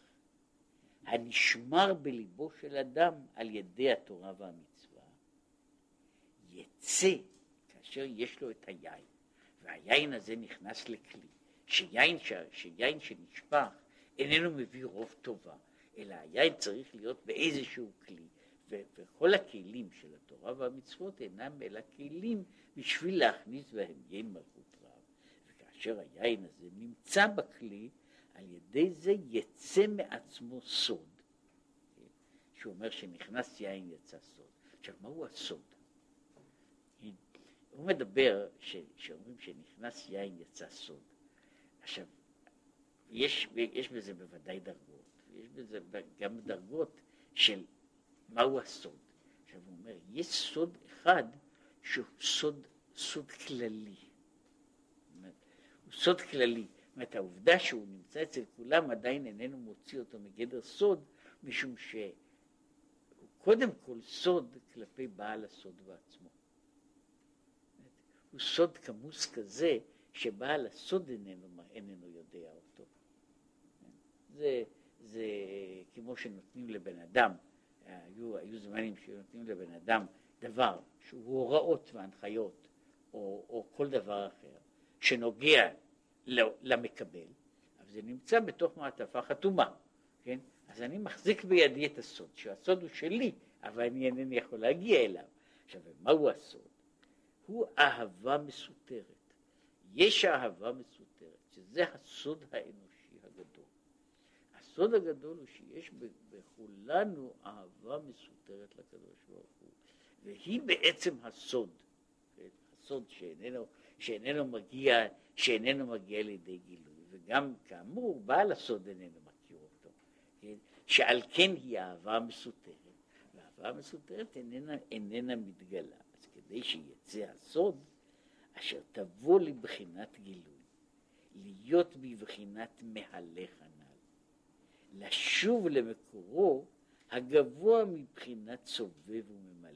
הנשמר בליבו של אדם על ידי התורה והמצווה, יצא כאשר יש לו את היין, והיין הזה נכנס לכלי, שיין, ש... שיין שנשפך איננו מביא רוב טובה, אלא היין צריך להיות באיזשהו כלי, ו... וכל הכלים של התורה והמצוות אינם אלא כלים בשביל להכניס בהם יין מלכות רב, וכאשר היין הזה נמצא בכלי, על ידי זה יצא מעצמו סוד, שהוא אומר שנכנס יין יצא סוד. עכשיו, מהו הסוד? הוא מדבר ש, שאומרים שנכנס יין יצא סוד. עכשיו, יש, יש בזה בוודאי דרגות, יש בזה גם דרגות של מהו הסוד. עכשיו, הוא אומר, יש סוד אחד שהוא סוד, סוד כללי. אומרת, הוא סוד כללי. זאת אומרת, העובדה שהוא נמצא אצל כולם עדיין איננו מוציא אותו מגדר סוד, משום שהוא קודם כל סוד כלפי בעל הסוד בעצמו. הוא סוד כמוס כזה שבעל הסוד איננו, איננו יודע אותו. זה, זה כמו שנותנים לבן אדם, היו, היו זמנים שנותנים לבן אדם דבר שהוא הוראות והנחיות או, או כל דבר אחר שנוגע למקבל, אבל זה נמצא בתוך מעטפה חתומה, כן? אז אני מחזיק בידי את הסוד, שהסוד הוא שלי, אבל אני אינני יכול להגיע אליו. עכשיו, מהו הסוד? הוא אהבה מסותרת. יש אהבה מסותרת, שזה הסוד האנושי הגדול. הסוד הגדול הוא שיש בכולנו אהבה מסותרת לקדוש ברוך הוא, והיא בעצם הסוד, הסוד שאיננו, שאיננו מגיע, שאיננו מגיע לידי גילוי, וגם כאמור בעל הסוד איננו מכיר אותו, כן? שעל כן היא אהבה מסותרת, והאהבה מסותרת איננה, איננה מתגלה. אז כדי שיצא הסוד, אשר תבוא לבחינת גילוי, להיות בבחינת מהלך הנ"ל, לשוב למקורו הגבוה מבחינת סובב וממלא.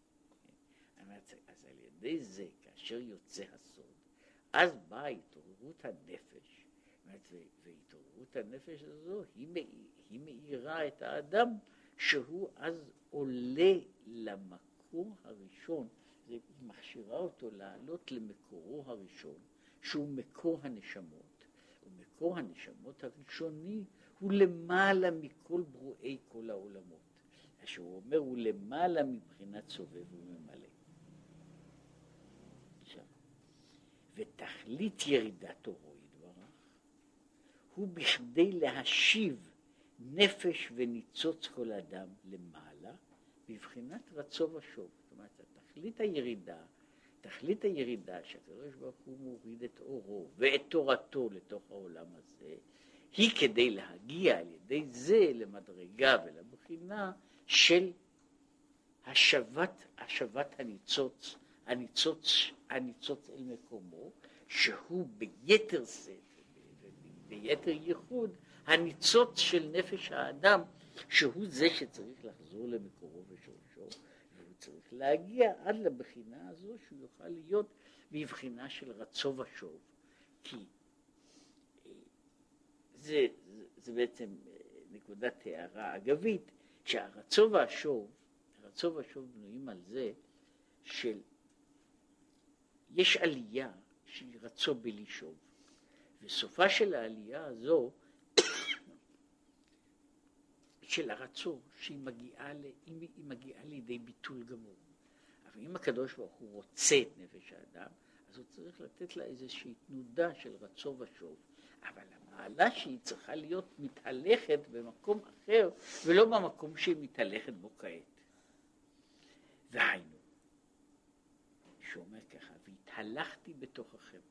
אז על ידי זה, כאשר יוצא הסוד, אז באה התעוררות הנפש, והתעוררות הנפש הזו היא, היא מאירה את האדם, שהוא אז עולה למקור הראשון, היא מכשירה אותו לעלות למקורו הראשון, שהוא מקור הנשמות, ומקור הנשמות הראשוני הוא למעלה מכל ברואי כל העולמות. שהוא אומר, הוא למעלה מבחינת סובב וממלא. ותכלית ירידת אורו יתברך, הוא בכדי להשיב נפש וניצוץ כל אדם למעלה, בבחינת רצו ושוב. זאת אומרת, תכלית הירידה, תכלית הירידה שהקדוש ברוך הוא מוריד את אורו ואת תורתו לתוך העולם הזה, היא כדי להגיע על ידי זה למדרגה ולבחינה של השבת, השבת הניצוץ, הניצוץ, הניצוץ אל מקומו, שהוא ביתר שאת, ביתר ייחוד, הניצוץ של נפש האדם, שהוא זה שצריך לחזור למקורו ושורשו, והוא צריך להגיע עד לבחינה הזו, שהוא יוכל להיות בבחינה של רצו ושוב, כי זה, זה, זה בעצם נקודת הערה אגבית, שהרצו והשוב, הרצו והשוב בנויים על זה של יש עלייה שהיא רצו בלי שוב, וסופה של העלייה הזו של הרצו שהיא מגיעה, ל, היא, היא מגיעה לידי ביטול גמור. אבל אם הקדוש ברוך הוא רוצה את נפש האדם, אז הוא צריך לתת לה איזושהי תנודה של רצו ושוב, אבל המעלה שהיא צריכה להיות מתהלכת במקום אחר, ולא במקום שהיא מתהלכת בו כעת. והיינו, שאומר ככה, והתהלכתי בתוככם,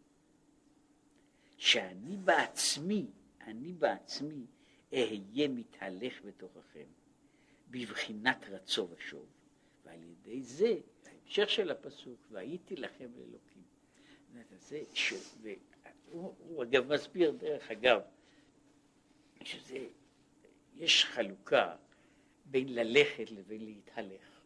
שאני בעצמי, אני בעצמי, אהיה מתהלך בתוככם, בבחינת רצו ושוב, ועל ידי זה, ההמשך של הפסוק, והייתי לכם לאלוקים. זה ש... הוא, הוא אגב מסביר דרך אגב, שזה, יש חלוקה בין ללכת לבין להתהלך.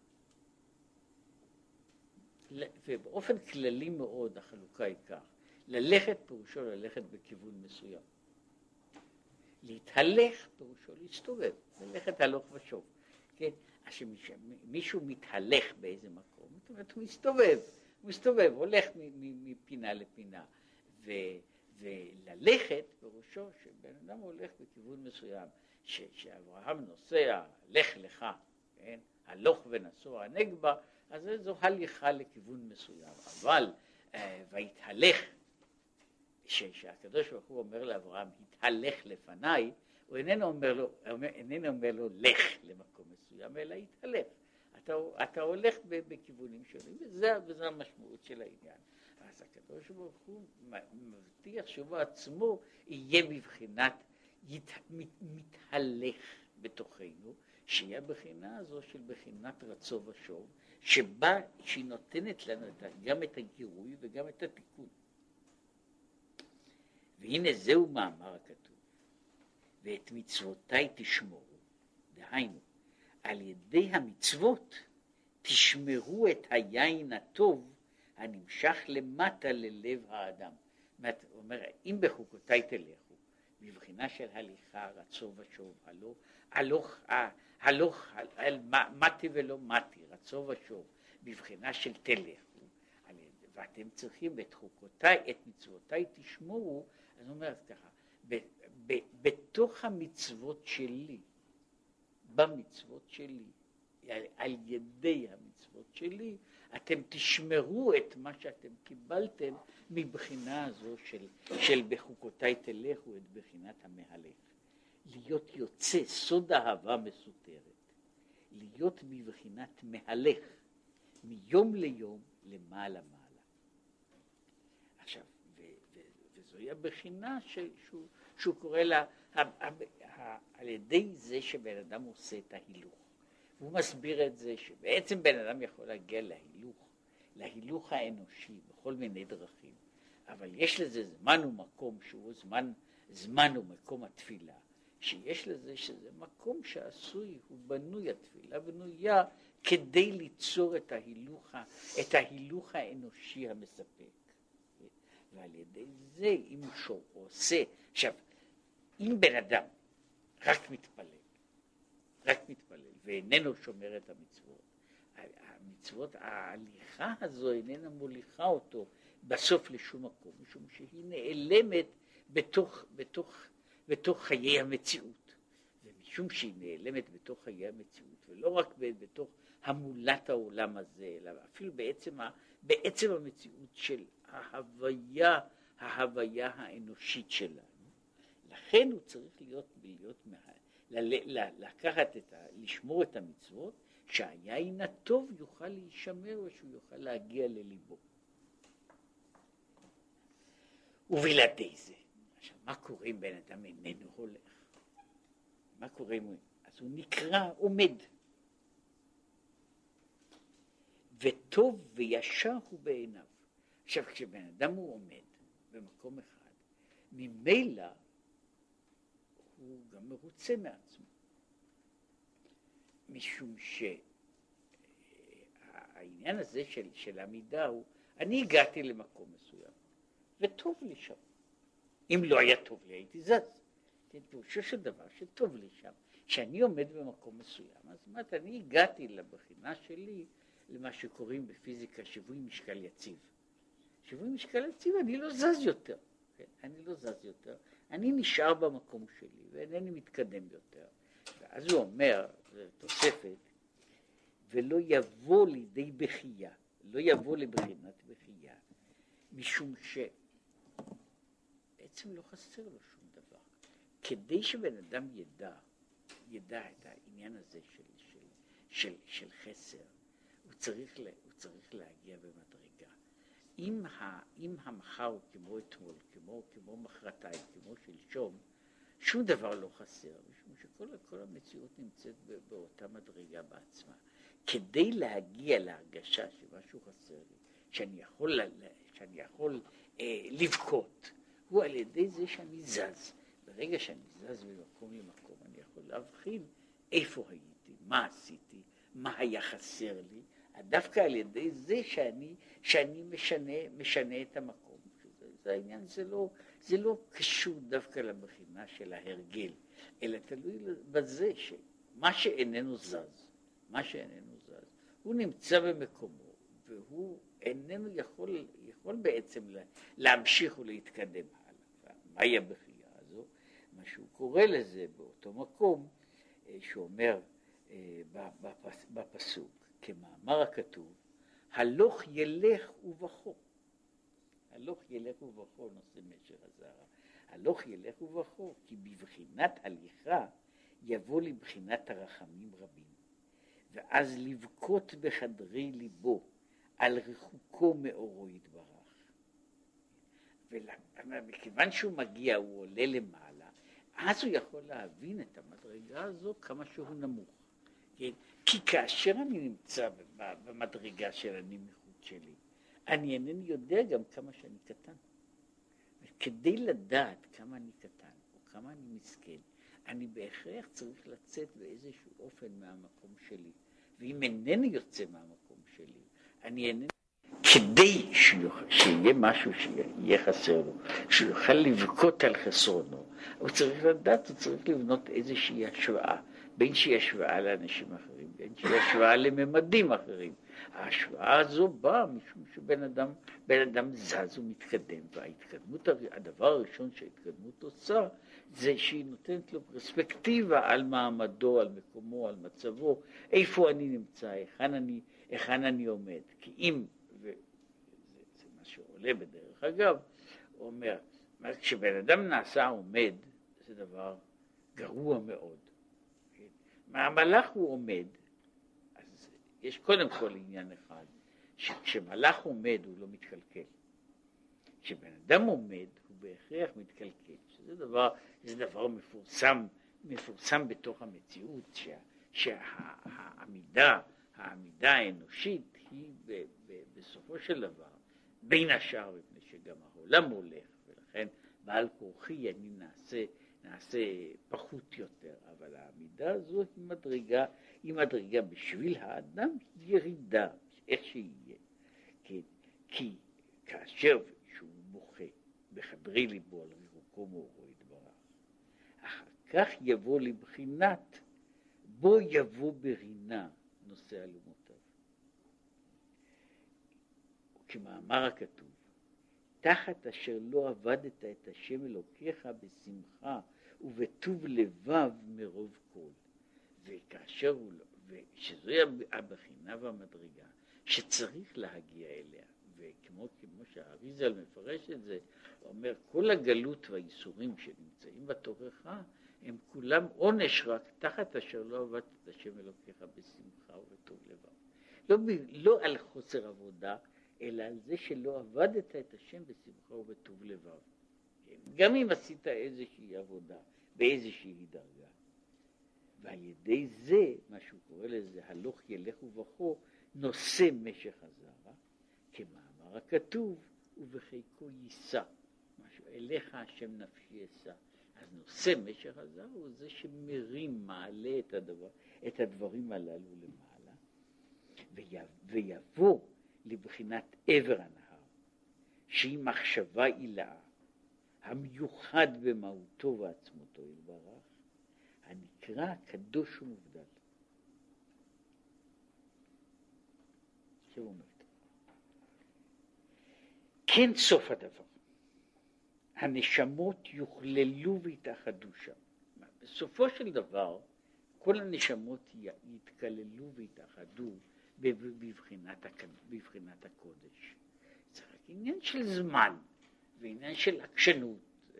ובאופן כללי מאוד החלוקה היא כך, ללכת פירושו ללכת בכיוון מסוים. להתהלך פירושו להסתובב, ללכת הלוך ושוב. כן? אז שמישהו מתהלך באיזה מקום, זאת אומרת, הוא מסתובב, הוא מסתובב, הולך מפינה לפינה, ו, וללכת בראשו, שבן אדם הולך בכיוון מסוים, ש, שאברהם נוסע, לך לך, כן? הלוך ונסוע הנגבה, אז זו הליכה לכיוון מסוים, אבל והתהלך, שהקדוש ברוך הוא אומר לאברהם, התהלך לפניי, הוא איננו אומר לו, איננו אומר לו, לך למקום מסוים, אלא התהלך. אתה, אתה הולך בכיוונים שונים, וזה, וזה המשמעות של העניין. אז הקדוש ברוך הוא מבטיח שהוא עצמו יהיה בבחינת, ית, מת, מתהלך בתוכנו, שיהיה הבחינה הזו של בחינת רצו ושוב, שבה, שהיא נותנת לנו גם את הגירוי וגם את התיקון. והנה זהו מאמר הכתוב, ואת מצוותיי תשמורו, דהיינו, על ידי המצוות תשמרו את היין הטוב הנמשך למטה ללב האדם. זאת אומרת, אם בחוקותיי תלכו, בבחינה של הליכה, רצו ושוב, הלוך, הלוך, הלוך, מתי ולא מתי, רצו ושוב, בבחינה של תלכו, ואתם צריכים את חוקותיי, את מצוותיי תשמורו, אני אומר ככה, ב, ב, בתוך המצוות שלי, במצוות שלי, על, על ידי המצוות שלי, אתם תשמרו את מה שאתם קיבלתם מבחינה הזו של, של בחוקותיי תלכו, את בחינת המהלך. להיות יוצא, סוד אהבה מסותרת, להיות בבחינת מהלך, מיום ליום, למעלה מעלה. עכשיו, ו, ו, וזוהי הבחינה ש, שהוא, שהוא קורא לה, ה, ה, ה, על ידי זה שבן אדם עושה את ההילוך. הוא מסביר את זה שבעצם בן אדם יכול להגיע להילוך, להילוך האנושי בכל מיני דרכים, אבל יש לזה זמן ומקום שהוא זמן, זמן ומקום התפילה, שיש לזה שזה מקום שעשוי, הוא בנוי, התפילה בנויה כדי ליצור את ההילוך, את ההילוך האנושי המספק. ועל ידי זה, אם הוא עושה, עכשיו, אם בן אדם רק מתפלל, רק מתפלל, ואיננו שומר את המצוות, המצוות, ההליכה הזו איננה מוליכה אותו בסוף לשום מקום, משום שהיא נעלמת בתוך, בתוך, בתוך חיי המציאות. ומשום שהיא נעלמת בתוך חיי המציאות, ולא רק בתוך המולת העולם הזה, אלא אפילו בעצם, בעצם המציאות של ההוויה, ההוויה האנושית שלנו. לכן הוא צריך להיות, להיות לקחת את ה, לשמור את המצוות, שהיין הטוב יוכל להישמר ושהוא יוכל להגיע לליבו. ובלעדי זה, עכשיו, מה קורה אם בן אדם איננו הולך? מה קורה אם הוא... אז הוא נקרא עומד. וטוב וישר הוא בעיניו. עכשיו, כשבן אדם הוא עומד במקום אחד, ממילא הוא גם מרוצה מעצמו. משום שהעניין הזה של, של עמידה הוא, אני הגעתי למקום מסוים, וטוב לי שם. אם לא היה טוב לי, הייתי זז. פירושו של דבר שטוב לי שם. כשאני עומד במקום מסוים, אז זאת, אני הגעתי לבחינה שלי, למה שקוראים בפיזיקה שיווי משקל יציב. שיווי משקל יציב, אני לא זז יותר. כן? אני לא זז יותר. אני נשאר במקום שלי, ואינני מתקדם יותר. ואז הוא אומר, זו תוספת, ולא יבוא לידי בחייה, לא יבוא לבחינת בחייה, משום שבעצם לא חסר לו שום דבר. כדי שבן אדם ידע, ידע את העניין הזה של, של, של, של חסר, הוא צריך, לה, הוא צריך להגיע במדרגה. אם, ה, אם המחר הוא כמו אתמול, כמו, כמו מחרתיים, כמו שלשום, שום דבר לא חסר, משום שכל כל המציאות נמצאת באותה מדרגה בעצמה. כדי להגיע להרגשה שמשהו חסר לי, שאני יכול, שאני יכול אה, לבכות, הוא על ידי זה שאני זז. ברגע שאני זז ממקום למקום, אני יכול להבחין איפה הייתי, מה עשיתי, מה היה חסר לי, דווקא על ידי זה שאני, שאני משנה, משנה את המקום. זה, זה העניין, זה לא, זה לא קשור דווקא לבחינה של ההרגל, אלא תלוי בזה שמה שאיננו זז, מה שאיננו זז, הוא נמצא במקומו, והוא איננו יכול, יכול בעצם להמשיך ולהתקדם הלאה. מהי הבכייה הזו? מה שהוא קורא לזה באותו מקום, שאומר בפסוק, כמאמר הכתוב, הלוך ילך ובכו. הלוך ילך ובכו, נושא משך הזרע. הלוך ילך ובכו, כי בבחינת הליכה יבוא לבחינת הרחמים רבים. ואז לבכות בחדרי ליבו על רחוקו מאורו יתברך. וכיוון שהוא מגיע, הוא עולה למעלה, אז הוא יכול להבין את המדרגה הזו כמה שהוא נמוך. כן? כי כאשר אני נמצא במדרגה של הנמיכות שלי, אני אינני יודע גם כמה שאני קטן. כדי לדעת כמה אני קטן או כמה אני מסכן, אני בהכרח צריך לצאת באיזשהו אופן מהמקום שלי. ואם אינני יוצא מהמקום שלי, אני אינני... כדי שיהיה משהו שיהיה חסר לו, שהוא יוכל לבכות על חסרונו, הוא צריך לדעת, הוא צריך לבנות איזושהי השוואה, בין שהיא השוואה לאנשים אחרים, בין שהיא השוואה לממדים אחרים. ההשוואה הזו באה משום שבן אדם, בן אדם זז ומתקדם, וההתקדמות, הדבר הראשון שההתקדמות עושה, זה שהיא נותנת לו פרספקטיבה על מעמדו, על מקומו, על מצבו, איפה אני נמצא, היכן אני, היכן אני עומד. כי אם, וזה זה מה שעולה בדרך אגב, הוא אומר, כשבן אדם נעשה עומד, זה דבר גרוע מאוד. מהמלאך הוא עומד, אז יש קודם כל עניין אחד, שכשמלאך עומד הוא לא מתקלקל. כשבן אדם עומד הוא בהכרח מתקלקל, שזה דבר, זה דבר מפורסם, מפורסם בתוך המציאות, שה, שהעמידה, העמידה האנושית היא ב, ב, בסופו של דבר, בין השאר, מפני שגם העולם הולך, ולכן בעל כורחי אני נעשה, נעשה פחות יותר, אבל העמידה הזו היא מדרגה, היא מדרגה בשביל האדם, היא ירידה, איך שיהיה. כי, כי כאשר שהוא בוכה בחדרי ליבו על רחוקו מאורו יתברך, אחר כך יבוא לבחינת, בו יבוא ברינה נושא אלומותיו. וכמאמר הכתוב, תחת אשר לא עבדת את השם אלוקיך בשמחה ובטוב לבב מרוב כל. וכאשר הוא לא, ושזוהי הבחינה והמדרגה שצריך להגיע אליה, וכמו כמו שהאריזל מפרש את זה, הוא אומר, כל הגלות והאיסורים שנמצאים בתוכך, הם כולם עונש רק תחת אשר לא עבדת את השם אלוקיך בשמחה ובטוב לבב. לא, לא על חוסר עבודה, אלא על זה שלא עבדת את השם בשמחה ובטוב לבב. גם אם עשית איזושהי עבודה, באיזושהי דרגה. ועל ידי זה, מה שהוא קורא לזה, הלוך ילך ובכו, נושא משך הזרע, כמאמר הכתוב, ובחיקו יישא. משהו, אליך השם נפשי יישא. אז נושא משך הזרע הוא זה שמרים, מעלה את, הדבר, את הדברים הללו למעלה, ויבוא לבחינת עבר הנהר, שהיא מחשבה עילאה, המיוחד במהותו ועצמותו יתברך, הנקרא קדוש ומובדל. עכשיו הוא אומר, כן סוף הדבר, הנשמות יוכללו ויתאחדו שם. בסופו של דבר, כל הנשמות יתכללו ויתאחדו בבחינת, בבחינת הקודש. זה רק עניין של זמן ועניין של עקשנות.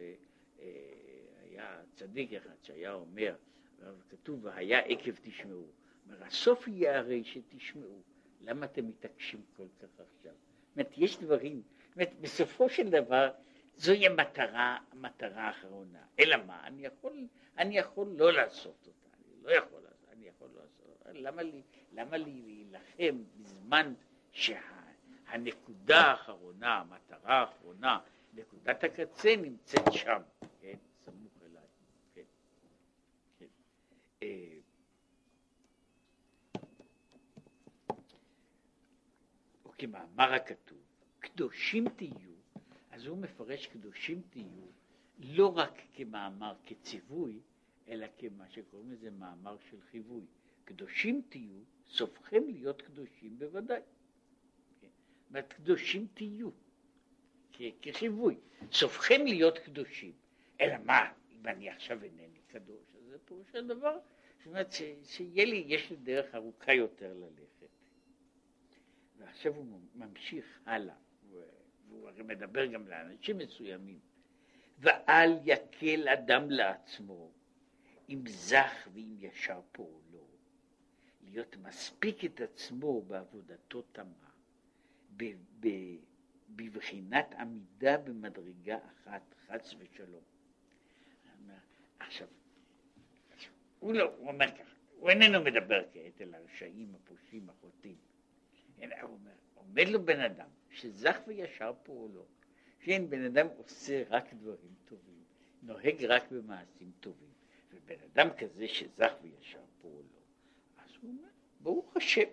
היה צדיק אחד שהיה אומר, כתוב והיה עקב תשמעו, אומר הסוף יהיה הרי שתשמעו, למה אתם מתעקשים כל כך עכשיו? זאת אומרת, יש דברים, זאת אומרת, בסופו של דבר זוהי המטרה, המטרה האחרונה. אלא מה? אני יכול, אני יכול לא לעשות אותה, אני לא יכול לעשות, אני יכול לא לעשות אותה. למה לי, למה לי להילחם בזמן שהנקודה האחרונה, המטרה האחרונה, נקודת הקצה נמצאת שם, כן? סמוך אליי, כן? כן. אה, וכמאמר הכתוב, קדושים תהיו, אז הוא מפרש קדושים תהיו, לא רק כמאמר, כציווי, אלא כמה שקוראים לזה מאמר של חיווי. קדושים תהיו, סופכם להיות קדושים בוודאי. כן? אומרת, קדושים תהיו, כחיווי, סופכם להיות קדושים. אלא מה, אם אני עכשיו אינני קדוש, אז זה פירוש הדבר, זאת אומרת, שיהיה לי, יש לי דרך ארוכה יותר ללכת. ועכשיו הוא ממשיך הלאה, והוא הרי מדבר גם לאנשים מסוימים, ואל יקל אדם לעצמו, אם זך ואם ישר פעולו, להיות מספיק את עצמו בעבודתו תמה, בבחינת עמידה במדרגה אחת, חס ושלום. עכשיו, הוא לא, הוא אומר ככה, הוא איננו מדבר כעת אל הרשעים, הפושעים, החוטאים. אלא הוא אומר, עומד לו בן אדם שזך וישר פעולו, שאין בן אדם עושה רק דברים טובים, נוהג רק במעשים טובים, ובן אדם כזה שזך וישר פעולו, אז הוא אומר, ברוך השם,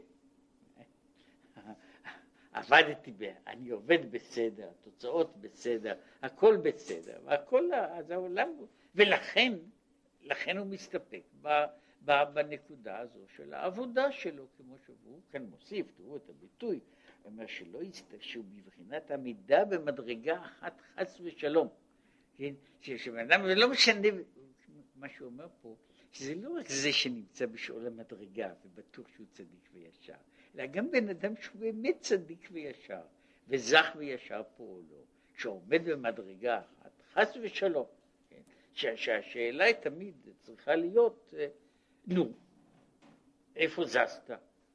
עבדתי, אני עובד בסדר, התוצאות בסדר, הכל בסדר, והכל, אז העולם, ולכן, לכן הוא מסתפק בנקודה הזו של העבודה שלו, כמו שהוא כאן מוסיף, תראו את הביטוי, הוא אומר שלא יסתפק, שהוא בבחינת עמידה במדרגה אחת חס ושלום, כן? שבן אדם, זה לא משנה, מה שהוא אומר פה, שזה לא רק זה שנמצא בשאול המדרגה, ובטוח שהוא צדיק וישר, אלא גם בן אדם שהוא באמת צדיק וישר, וזך וישר פעולו, שעומד במדרגה אחת חס ושלום, כן? שהשאלה היא תמיד צריכה להיות, נו, איפה זזת?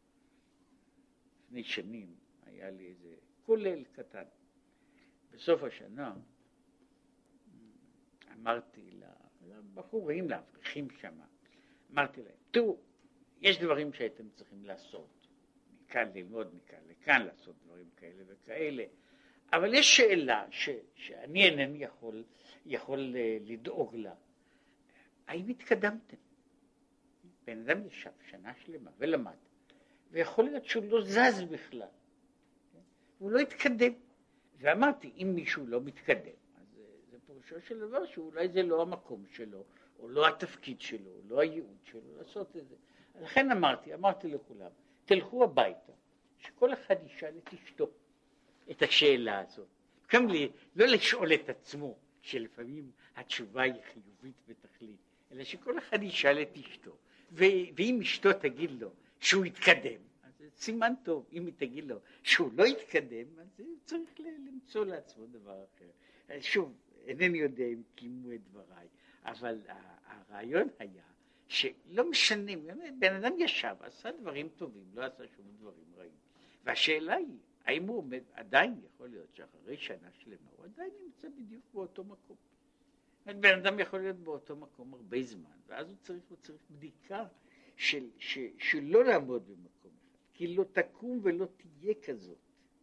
לפני שנים היה לי איזה כולל קטן. בסוף השנה אמרתי לבחורים, לאברכים שם, אמרתי להם, תראו, יש דברים שהייתם צריכים לעשות, מכאן ללמוד, מכאן לכאן לעשות דברים כאלה וכאלה, אבל יש שאלה ש, שאני אינני יכול, יכול לדאוג לה. האם התקדמתם? בן אדם ישב שנה שלמה ולמד, ויכול להיות שהוא לא זז בכלל, הוא לא התקדם. ואמרתי, אם מישהו לא מתקדם, אז זה, זה פירושו של דבר שאולי זה לא המקום שלו, או לא התפקיד שלו, או לא הייעוד שלו לעשות את זה. לכן אמרתי, אמרתי לכולם, תלכו הביתה, שכל אחד ישאל את אשתו את השאלה הזאת. גם לי, לא לשאול את עצמו, שלפעמים התשובה היא חיובית בתכלית, אלא שכל אחד ישאל את אשתו. ואם אשתו תגיד לו שהוא יתקדם, אז זה סימן טוב. אם היא תגיד לו שהוא לא יתקדם, אז צריך למצוא לעצמו דבר אחר. שוב, אינני יודע אם קימו את דבריי, אבל הרעיון היה שלא משנה, בן אדם ישב, עשה דברים טובים, לא עשה שום דברים רעים. והשאלה היא, האם הוא עומד, עדיין יכול להיות שאחרי שנה שלמה, הוא עדיין נמצא בדיוק באותו מקום. בן אדם יכול להיות באותו מקום הרבה זמן, ואז הוא צריך, הוא צריך בדיקה של, ש, שלא לעמוד במקום אחד, כי לא תקום ולא תהיה כזאת.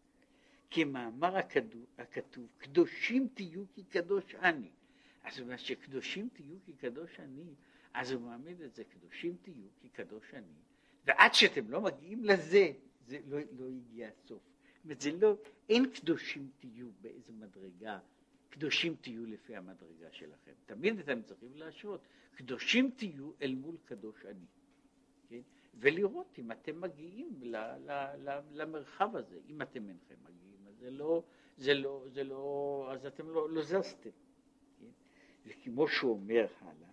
כמאמר הכתוב, הכתוב, קדושים תהיו כי קדוש אני. אז הוא אומר שקדושים תהיו כי קדוש אני, אז הוא מעמיד את זה, קדושים תהיו כי קדוש אני, ועד שאתם לא מגיעים לזה, זה לא, לא הגיע הסוף. זאת אומרת, זה לא, אין קדושים תהיו באיזה מדרגה, קדושים תהיו לפי המדרגה שלכם. תמיד אתם צריכים להשוות, קדושים תהיו אל מול קדוש אני. כן? ולראות אם אתם מגיעים ל, ל, ל, למרחב הזה. אם אתם אינכם מגיעים, אז זה לא, זה לא, זה לא, אז אתם לא, לא זזתם. כן? וכמו שהוא אומר הלאה,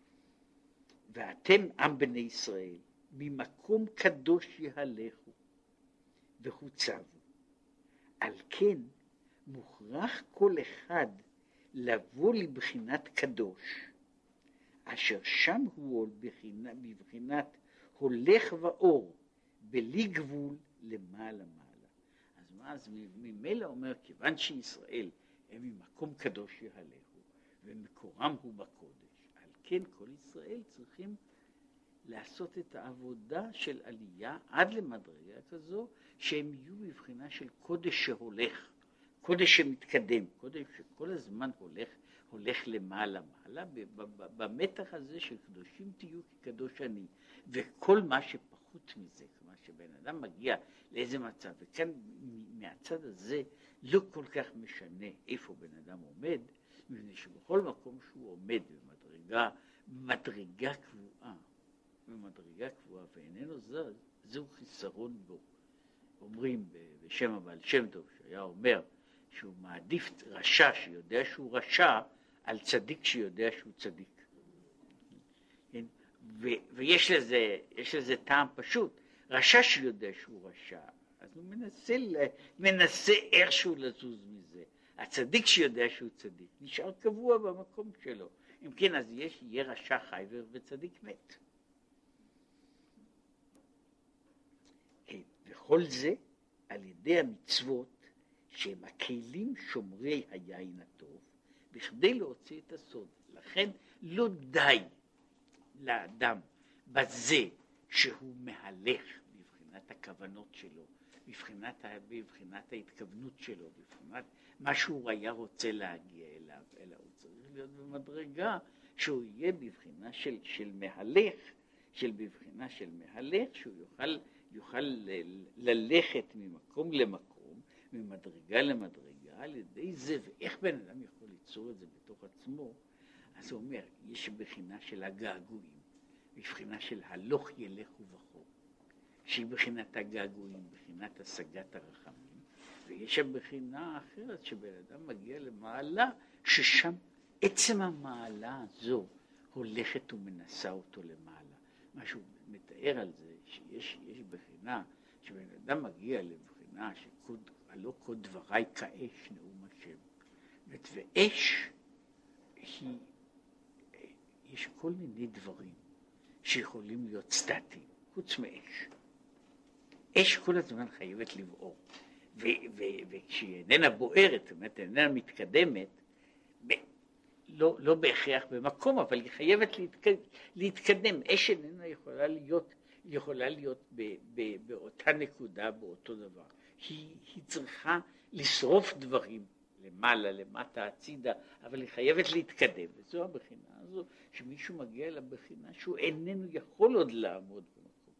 ואתם עם בני ישראל, ממקום קדוש יהלכו וחוצבו. על כן מוכרח כל אחד לבוא לבחינת קדוש, אשר שם הוא בבחינת, בבחינת הולך ואור, בלי גבול למעלה מעלה. אז מה, אז ממילא אומר, כיוון שישראל הם ממקום קדוש יהלכו, ומקורם הוא בקודש, על כן כל ישראל צריכים לעשות את העבודה של עלייה עד למדרגה כזו, שהם יהיו בבחינה של קודש שהולך, קודש שמתקדם, קודש שכל הזמן הולך, הולך למעלה מעלה, במתח הזה של קדושים תהיו כקדוש אני, וכל מה שפחות מזה, כלומר שבן אדם מגיע לאיזה מצב, וכאן מהצד הזה לא כל כך משנה איפה בן אדם עומד, מפני שבכל מקום שהוא עומד במדרגה, מדרגה קבועה, במדרגה קבועה ואיננו זז, זהו חיסרון בו. אומרים בשם הבעל שם טוב, שהיה אומר שהוא מעדיף רשע שיודע שהוא רשע על צדיק שיודע שהוא צדיק. כן? ו- ויש לזה, יש לזה טעם פשוט. רשע שיודע שהוא רשע, אז הוא מנסה, מנסה איכשהו לזוז מזה. הצדיק שיודע שהוא צדיק נשאר קבוע במקום שלו. אם כן, אז יש, יהיה רשע חי וצדיק מת. וכל זה על ידי המצוות שהם הכלים שומרי היין הטוב, בכדי להוציא את הסוד. לכן לא די לאדם בזה שהוא מהלך בבחינת הכוונות שלו, בבחינת, בבחינת ההתכוונות שלו, בבחינת מה שהוא היה רוצה להגיע אליו, אלא הוא צריך להיות במדרגה שהוא יהיה בבחינה של, של מהלך, של בבחינה של מהלך, שהוא יוכל, יוכל ל- ללכת ממקום למקום, ממדרגה למדרגה, על ידי זה, ואיך בן אדם יכול ליצור את זה בתוך עצמו. אז הוא אומר, יש בחינה של הגעגועים, בבחינה של הלוך ילך ובכו, שהיא בחינת הגעגועים, בחינת השגת הרחמים, ויש בחינה אחרת שבן אדם מגיע למעלה, ששם עצם המעלה הזו הולכת ומנסה אותו למעלה. מה שהוא מתאר על זה, שיש יש בחינה שבן אדם מגיע לבחינה שקוד, הלא כל דבריי כאש נאום השם. ואש היא, יש כל מיני דברים שיכולים להיות סטטיים, חוץ מאש. אש כל הזמן חייבת לבעור, וכשהיא איננה בוערת, זאת אומרת, איננה מתקדמת, לא, לא בהכרח במקום, אבל היא חייבת להתקדם, להתקדם. אש איננה יכולה להיות, יכולה להיות ב, ב, באותה נקודה, באותו דבר. היא, היא צריכה לשרוף דברים למעלה, למטה, הצידה, אבל היא חייבת להתקדם. וזו הבחינה הזו, שמישהו מגיע לבחינה שהוא איננו יכול עוד לעמוד במקום.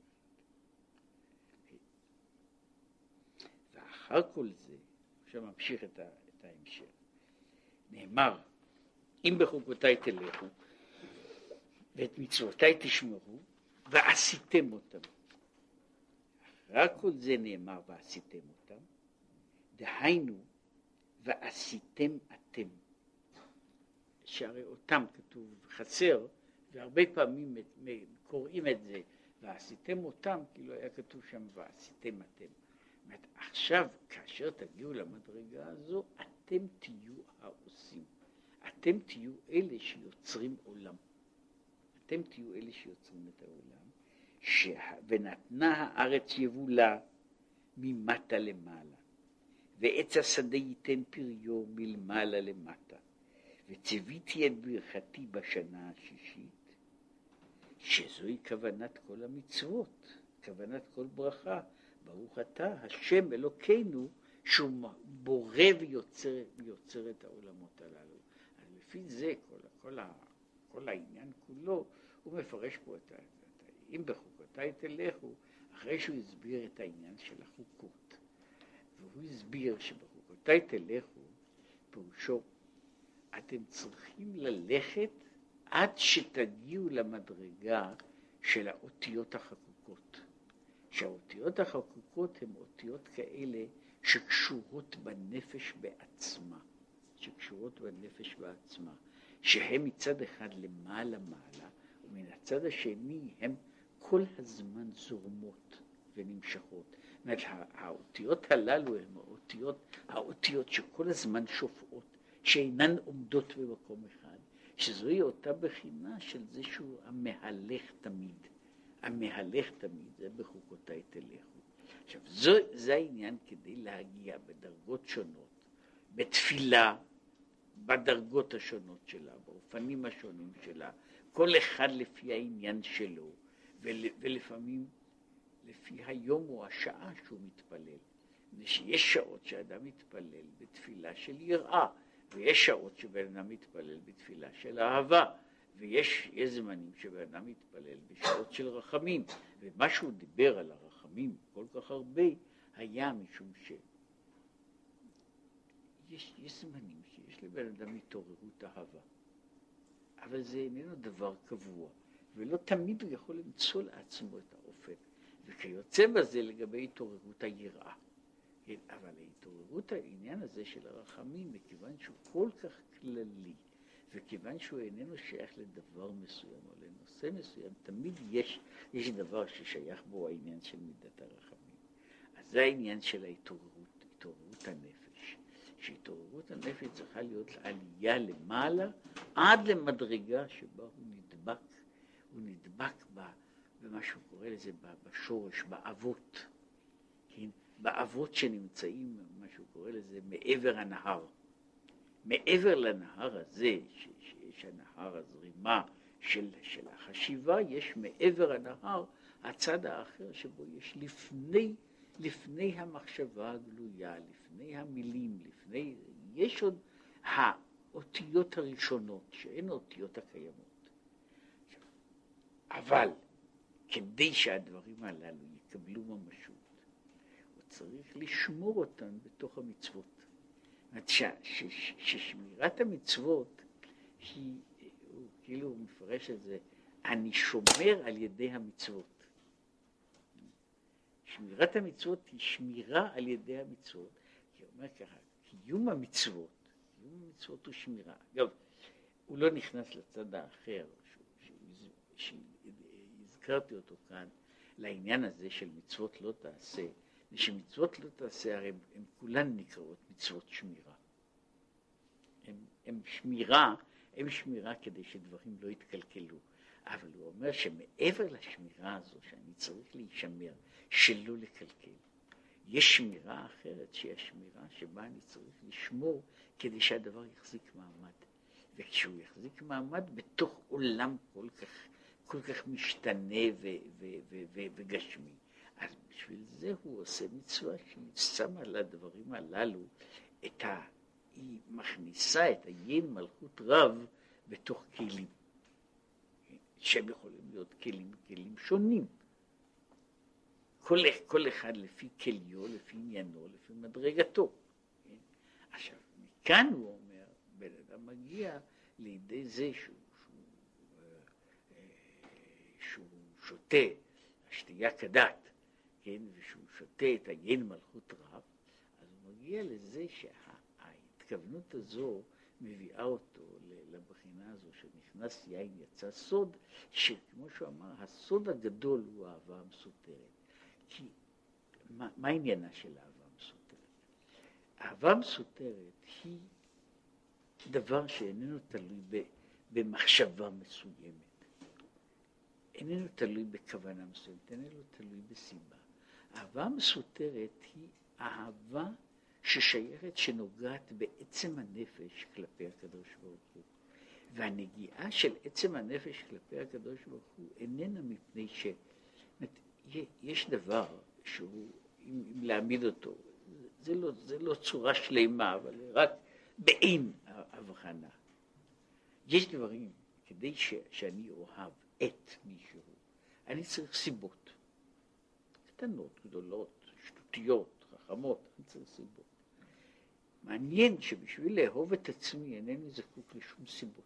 ואחר כל זה, עכשיו ממשיך את, ה, את ההמשך. נאמר, אם בחוקותיי תלכו, ואת מצוותיי תשמרו, ועשיתם אותם. אחרי כל זה נאמר, ועשיתם אותם, דהיינו, ועשיתם אתם. שהרי אותם כתוב חסר, והרבה פעמים קוראים את זה, ועשיתם אותם, כאילו היה כתוב שם, ועשיתם אתם. זאת אומרת, עכשיו, כאשר תגיעו למדרגה הזו, אתם תהיו העושים. אתם תהיו אלה שיוצרים עולם. אתם תהיו אלה שיוצרים את העולם. ש... ונתנה הארץ יבולה ממטה למעלה. ועץ השדה ייתן פריו מלמעלה למטה. וציוויתי את ברכתי בשנה השישית, שזוהי כוונת כל המצוות, כוונת כל ברכה. ברוך אתה, השם אלוקינו, שהוא בורא ויוצר, ויוצר את העולמות הללו. אז לפי זה, כל, כל, ה, כל העניין כולו, הוא מפרש פה את ה... אם בחוקותיי תלכו, אחרי שהוא הסביר את העניין של החוקות. והוא הסביר שבחוקותיי תלכו, פירושו, אתם צריכים ללכת עד שתגיעו למדרגה של האותיות החקוקות. שהאותיות החקוקות הן אותיות כאלה שקשורות בנפש בעצמה. שקשורות בנפש בעצמה. שהן מצד אחד למעלה מעלה, ומן הצד השני הן כל הזמן זורמות ונמשכות. זאת אומרת, האותיות הללו הן האותיות, האותיות שכל הזמן שופעות, שאינן עומדות במקום אחד, שזוהי אותה בחינה של זה שהוא המהלך תמיד. המהלך תמיד, זה בחוקותיי תלכו. עכשיו, זה, זה העניין כדי להגיע בדרגות שונות, בתפילה, בדרגות השונות שלה, באופנים השונים שלה, כל אחד לפי העניין שלו, ול, ולפעמים לפי היום או השעה שהוא מתפלל. יש שעות שאדם מתפלל בתפילה של יראה, ויש שעות שבן אדם מתפלל בתפילה של אהבה, ויש זמנים שבן אדם מתפלל בשעות של רחמים. ומה שהוא דיבר על הרחמים כל כך הרבה, היה משום ש... יש, יש זמנים שיש לבן אדם התעוררות אהבה, אבל זה איננו דבר קבוע, ולא תמיד הוא יכול למצוא לעצמו את האופן. וכיוצא בזה לגבי התעוררות היראה. כן, אבל ההתעוררות, העניין הזה של הרחמים, מכיוון שהוא כל כך כללי, וכיוון שהוא איננו שייך לדבר מסוים או לנושא מסוים, תמיד יש, יש דבר ששייך בו העניין של מידת הרחמים. אז זה העניין של ההתעוררות, התעוררות הנפש. שהתעוררות הנפש צריכה להיות עלייה למעלה, עד למדרגה שבה הוא נדבק, הוא נדבק בה, במה שהוא קורא לזה בשורש, באבות, כן? באבות שנמצאים, מה שהוא קורא לזה, מעבר הנהר. מעבר לנהר הזה, שיש הנהר הזרימה של, של החשיבה, יש מעבר הנהר הצד האחר שבו יש לפני, לפני המחשבה הגלויה, לפני המילים, לפני, יש עוד האותיות הראשונות, שהן האותיות הקיימות. אבל כדי שהדברים הללו יקבלו ממשות, הוא צריך לשמור אותן בתוך המצוות. ששמירת המצוות היא, הוא כאילו מפרש את זה, אני שומר על ידי המצוות. שמירת המצוות היא שמירה על ידי המצוות. כי הוא אומר ככה, קיום המצוות, קיום המצוות הוא שמירה. אגב, הוא לא נכנס לצד האחר, שהזכרתי אותו כאן, לעניין הזה של מצוות לא תעשה, ושמצוות לא תעשה, הרי הן כולן נקראות מצוות שמירה. הם, הם שמירה, הם שמירה כדי שדברים לא יתקלקלו. אבל הוא אומר שמעבר לשמירה הזו, שאני צריך להישמר, שלא לקלקל, יש שמירה אחרת, שהיא השמירה שבה אני צריך לשמור כדי שהדבר יחזיק מעמד. וכשהוא יחזיק מעמד בתוך עולם כל כך, כל כך משתנה ו- ו- ו- ו- וגשמי. אז בשביל זה הוא עושה מצווה שהיא שמה לדברים הללו את ה... היא מכניסה את היין מלכות רב בתוך כלים, שהם יכולים להיות כלים, כלים שונים. כל, כל אחד לפי כליו, לפי עניינו, לפי מדרגתו. עכשיו, מכאן הוא אומר, בן אדם מגיע לידי זה שהוא, שהוא, שהוא שותה השתייה כדת, כן, ושהוא שותה את היין מלכות רב, אז הוא מגיע לזה שההתכוונות הזו מביאה אותו לבחינה הזו שנכנס יין יצא סוד, שכמו שהוא אמר, הסוד הגדול הוא האהבה המסותרת. כי מה, מה עניינה של אהבה מסותרת? אהבה מסותרת היא דבר שאיננו תלוי ב, במחשבה מסוימת, איננו תלוי בכוונה מסוימת, איננו תלוי בסיבה. אהבה מסותרת היא אהבה ששייכת, שנוגעת בעצם הנפש כלפי הקדוש ברוך הוא. והנגיעה של עצם הנפש כלפי הקדוש ברוך הוא איננה מפני ש... יש דבר שהוא, אם, אם להעמיד אותו, זה לא, זה לא צורה שלמה, אבל רק בעין הבחנה. יש דברים, כדי ש, שאני אוהב את מישהו, אני צריך סיבות. קטנות, גדולות, שטותיות, חכמות, אני צריך סיבות. מעניין שבשביל לאהוב את עצמי אינני זקוק לשום סיבות.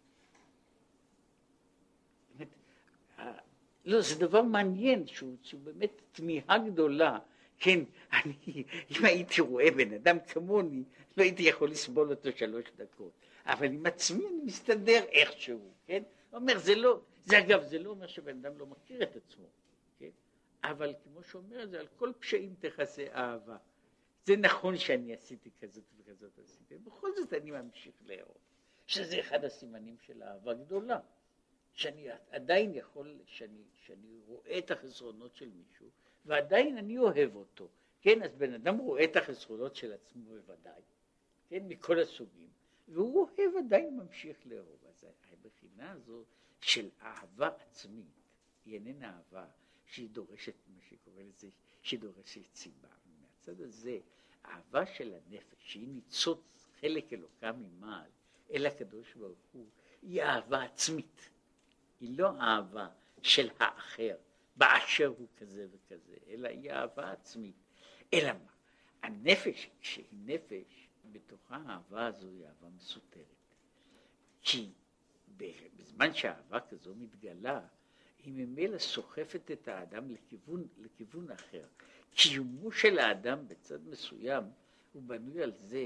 באמת, לא, זה דבר מעניין, שהוא, שהוא באמת תמיהה גדולה. כן, אני, אם הייתי רואה בן אדם כמוני, לא הייתי יכול לסבול אותו שלוש דקות. אבל עם עצמי אני מסתדר איכשהו, כן? הוא אומר, זה לא, זה אגב, זה לא אומר שבן אדם לא מכיר את עצמו, כן? אבל כמו שאומר, זה על כל פשעים תכסה אהבה. זה נכון שאני עשיתי כזאת וכזאת עשיתי, בכל זאת אני ממשיך לאהוב, שזה אחד הסימנים של אהבה גדולה. שאני עדיין יכול, שאני, שאני רואה את החסרונות של מישהו, ועדיין אני אוהב אותו. כן, אז בן אדם רואה את החסרונות של עצמו בוודאי, כן, מכל הסוגים, והוא אוהב עדיין ממשיך לאהוב. אז הבחינה הזו של אהבה עצמית, היא איננה אהבה שהיא דורשת, מה שקורא לזה, שהיא דורשת סיבה. מהצד הזה, אהבה של הנפש, שהיא ניצוץ חלק אלוקה ממעל, אל הקדוש ברוך הוא, היא אהבה עצמית. היא לא אהבה של האחר, באשר הוא כזה וכזה, אלא היא אהבה עצמית. אלא מה? הנפש, כשהיא נפש, בתוכה האהבה הזו היא אהבה מסותרת. כי בזמן שהאהבה כזו מתגלה, היא ממילא סוחפת את האדם לכיוון, לכיוון אחר. קיומו של האדם בצד מסוים הוא בנוי על זה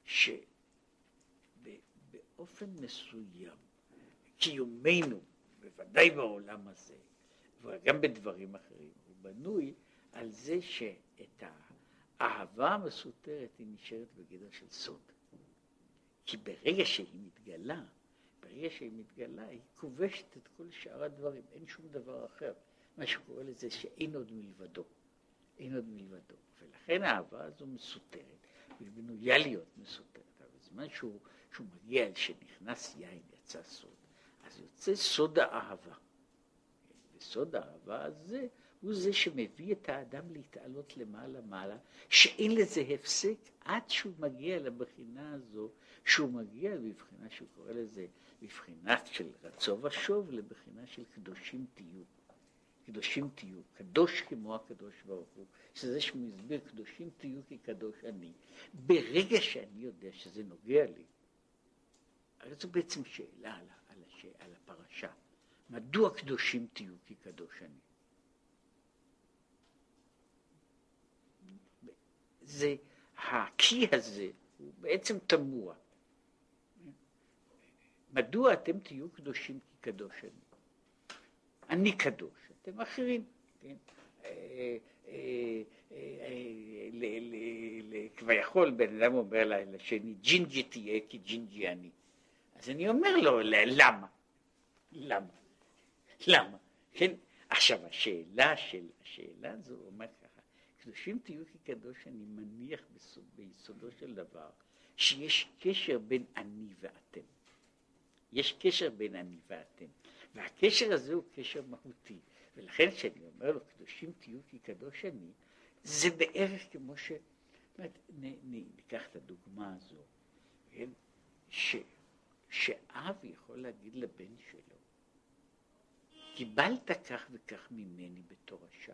שבאופן מסוים קיומנו, בוודאי בעולם הזה, וגם בדברים אחרים, הוא בנוי על זה שאת האהבה המסותרת היא נשארת בגדר של סוד. כי ברגע שהיא מתגלה, ברגע שהיא מתגלה, היא כובשת את כל שאר הדברים, אין שום דבר אחר. מה שקורא לזה שאין עוד מלבדו, אין עוד מלבדו. ולכן האהבה הזו מסותרת, והיא בנויה להיות מסותרת. אבל בזמן שהוא, שהוא מגיע אל שנכנס יין, יצא סוד, אז יוצא סוד האהבה. וסוד האהבה הזה הוא זה שמביא את האדם להתעלות למעלה מעלה, שאין לזה הפסק עד שהוא מגיע לבחינה הזו, שהוא מגיע בבחינה שהוא קורא לזה, בבחינה של רצו ושוב, לבחינה של קדושים תהיו. קדושים תהיו, קדוש כמו הקדוש ברוך הוא, שזה שהוא מסביר קדושים תהיו כי קדוש אני. ברגע שאני יודע שזה נוגע לי, הרי זו בעצם שאלה על, על, השאלה, על הפרשה. מדוע קדושים תהיו כי קדוש אני? זה, הכי הזה הוא בעצם תמוה. מדוע אתם תהיו קדושים כי קדוש אני? אני קדוש, אתם אחרים, כן? כביכול בן אדם אומר לשני, ג'ינג'י תהיה כי ג'ינג'י אני. אז אני אומר לו, למה? למה? למה? כן? עכשיו השאלה של, השאלה הזו אומר ככה, קדושים תהיו כי קדוש אני מניח בסוד, ביסודו של דבר, שיש קשר בין אני ואתם. יש קשר בין אני ואתם. והקשר הזה הוא קשר מהותי. ולכן כשאני אומר לו, קדושים תהיו כי קדוש אני, זה בערך כמו ש... ניקח את הדוגמה הזו, כן? ש... שאב יכול להגיד לבן שלו, קיבלת כך וכך ממני בתורשה.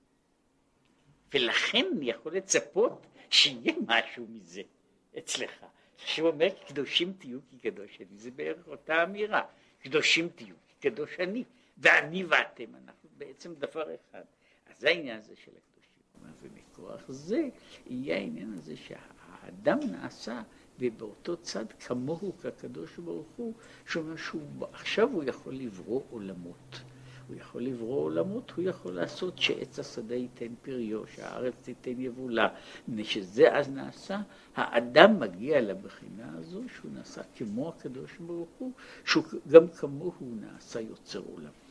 ולכן אני יכול לצפות שיהיה משהו מזה אצלך. שהוא אומר, קדושים תהיו כי קדוש אני, זה בערך אותה אמירה. קדושים תהיו כי קדוש אני, ואני ואתם, אנחנו בעצם דבר אחד. אז זה העניין הזה של הקדושים. ומכוח זה יהיה העניין הזה שהאדם נעשה, ובאותו צד כמוהו כקדוש ברוך הוא, שאומר שעכשיו הוא יכול לברוא עולמות. הוא יכול לברוא עולמות, הוא יכול לעשות שעץ השדה ייתן פריו, שהארץ תיתן יבולה. שזה אז נעשה, האדם מגיע לבחינה הזו, שהוא נעשה כמו הקדוש ברוך הוא, שהוא גם כמוהו נעשה יוצר עולם.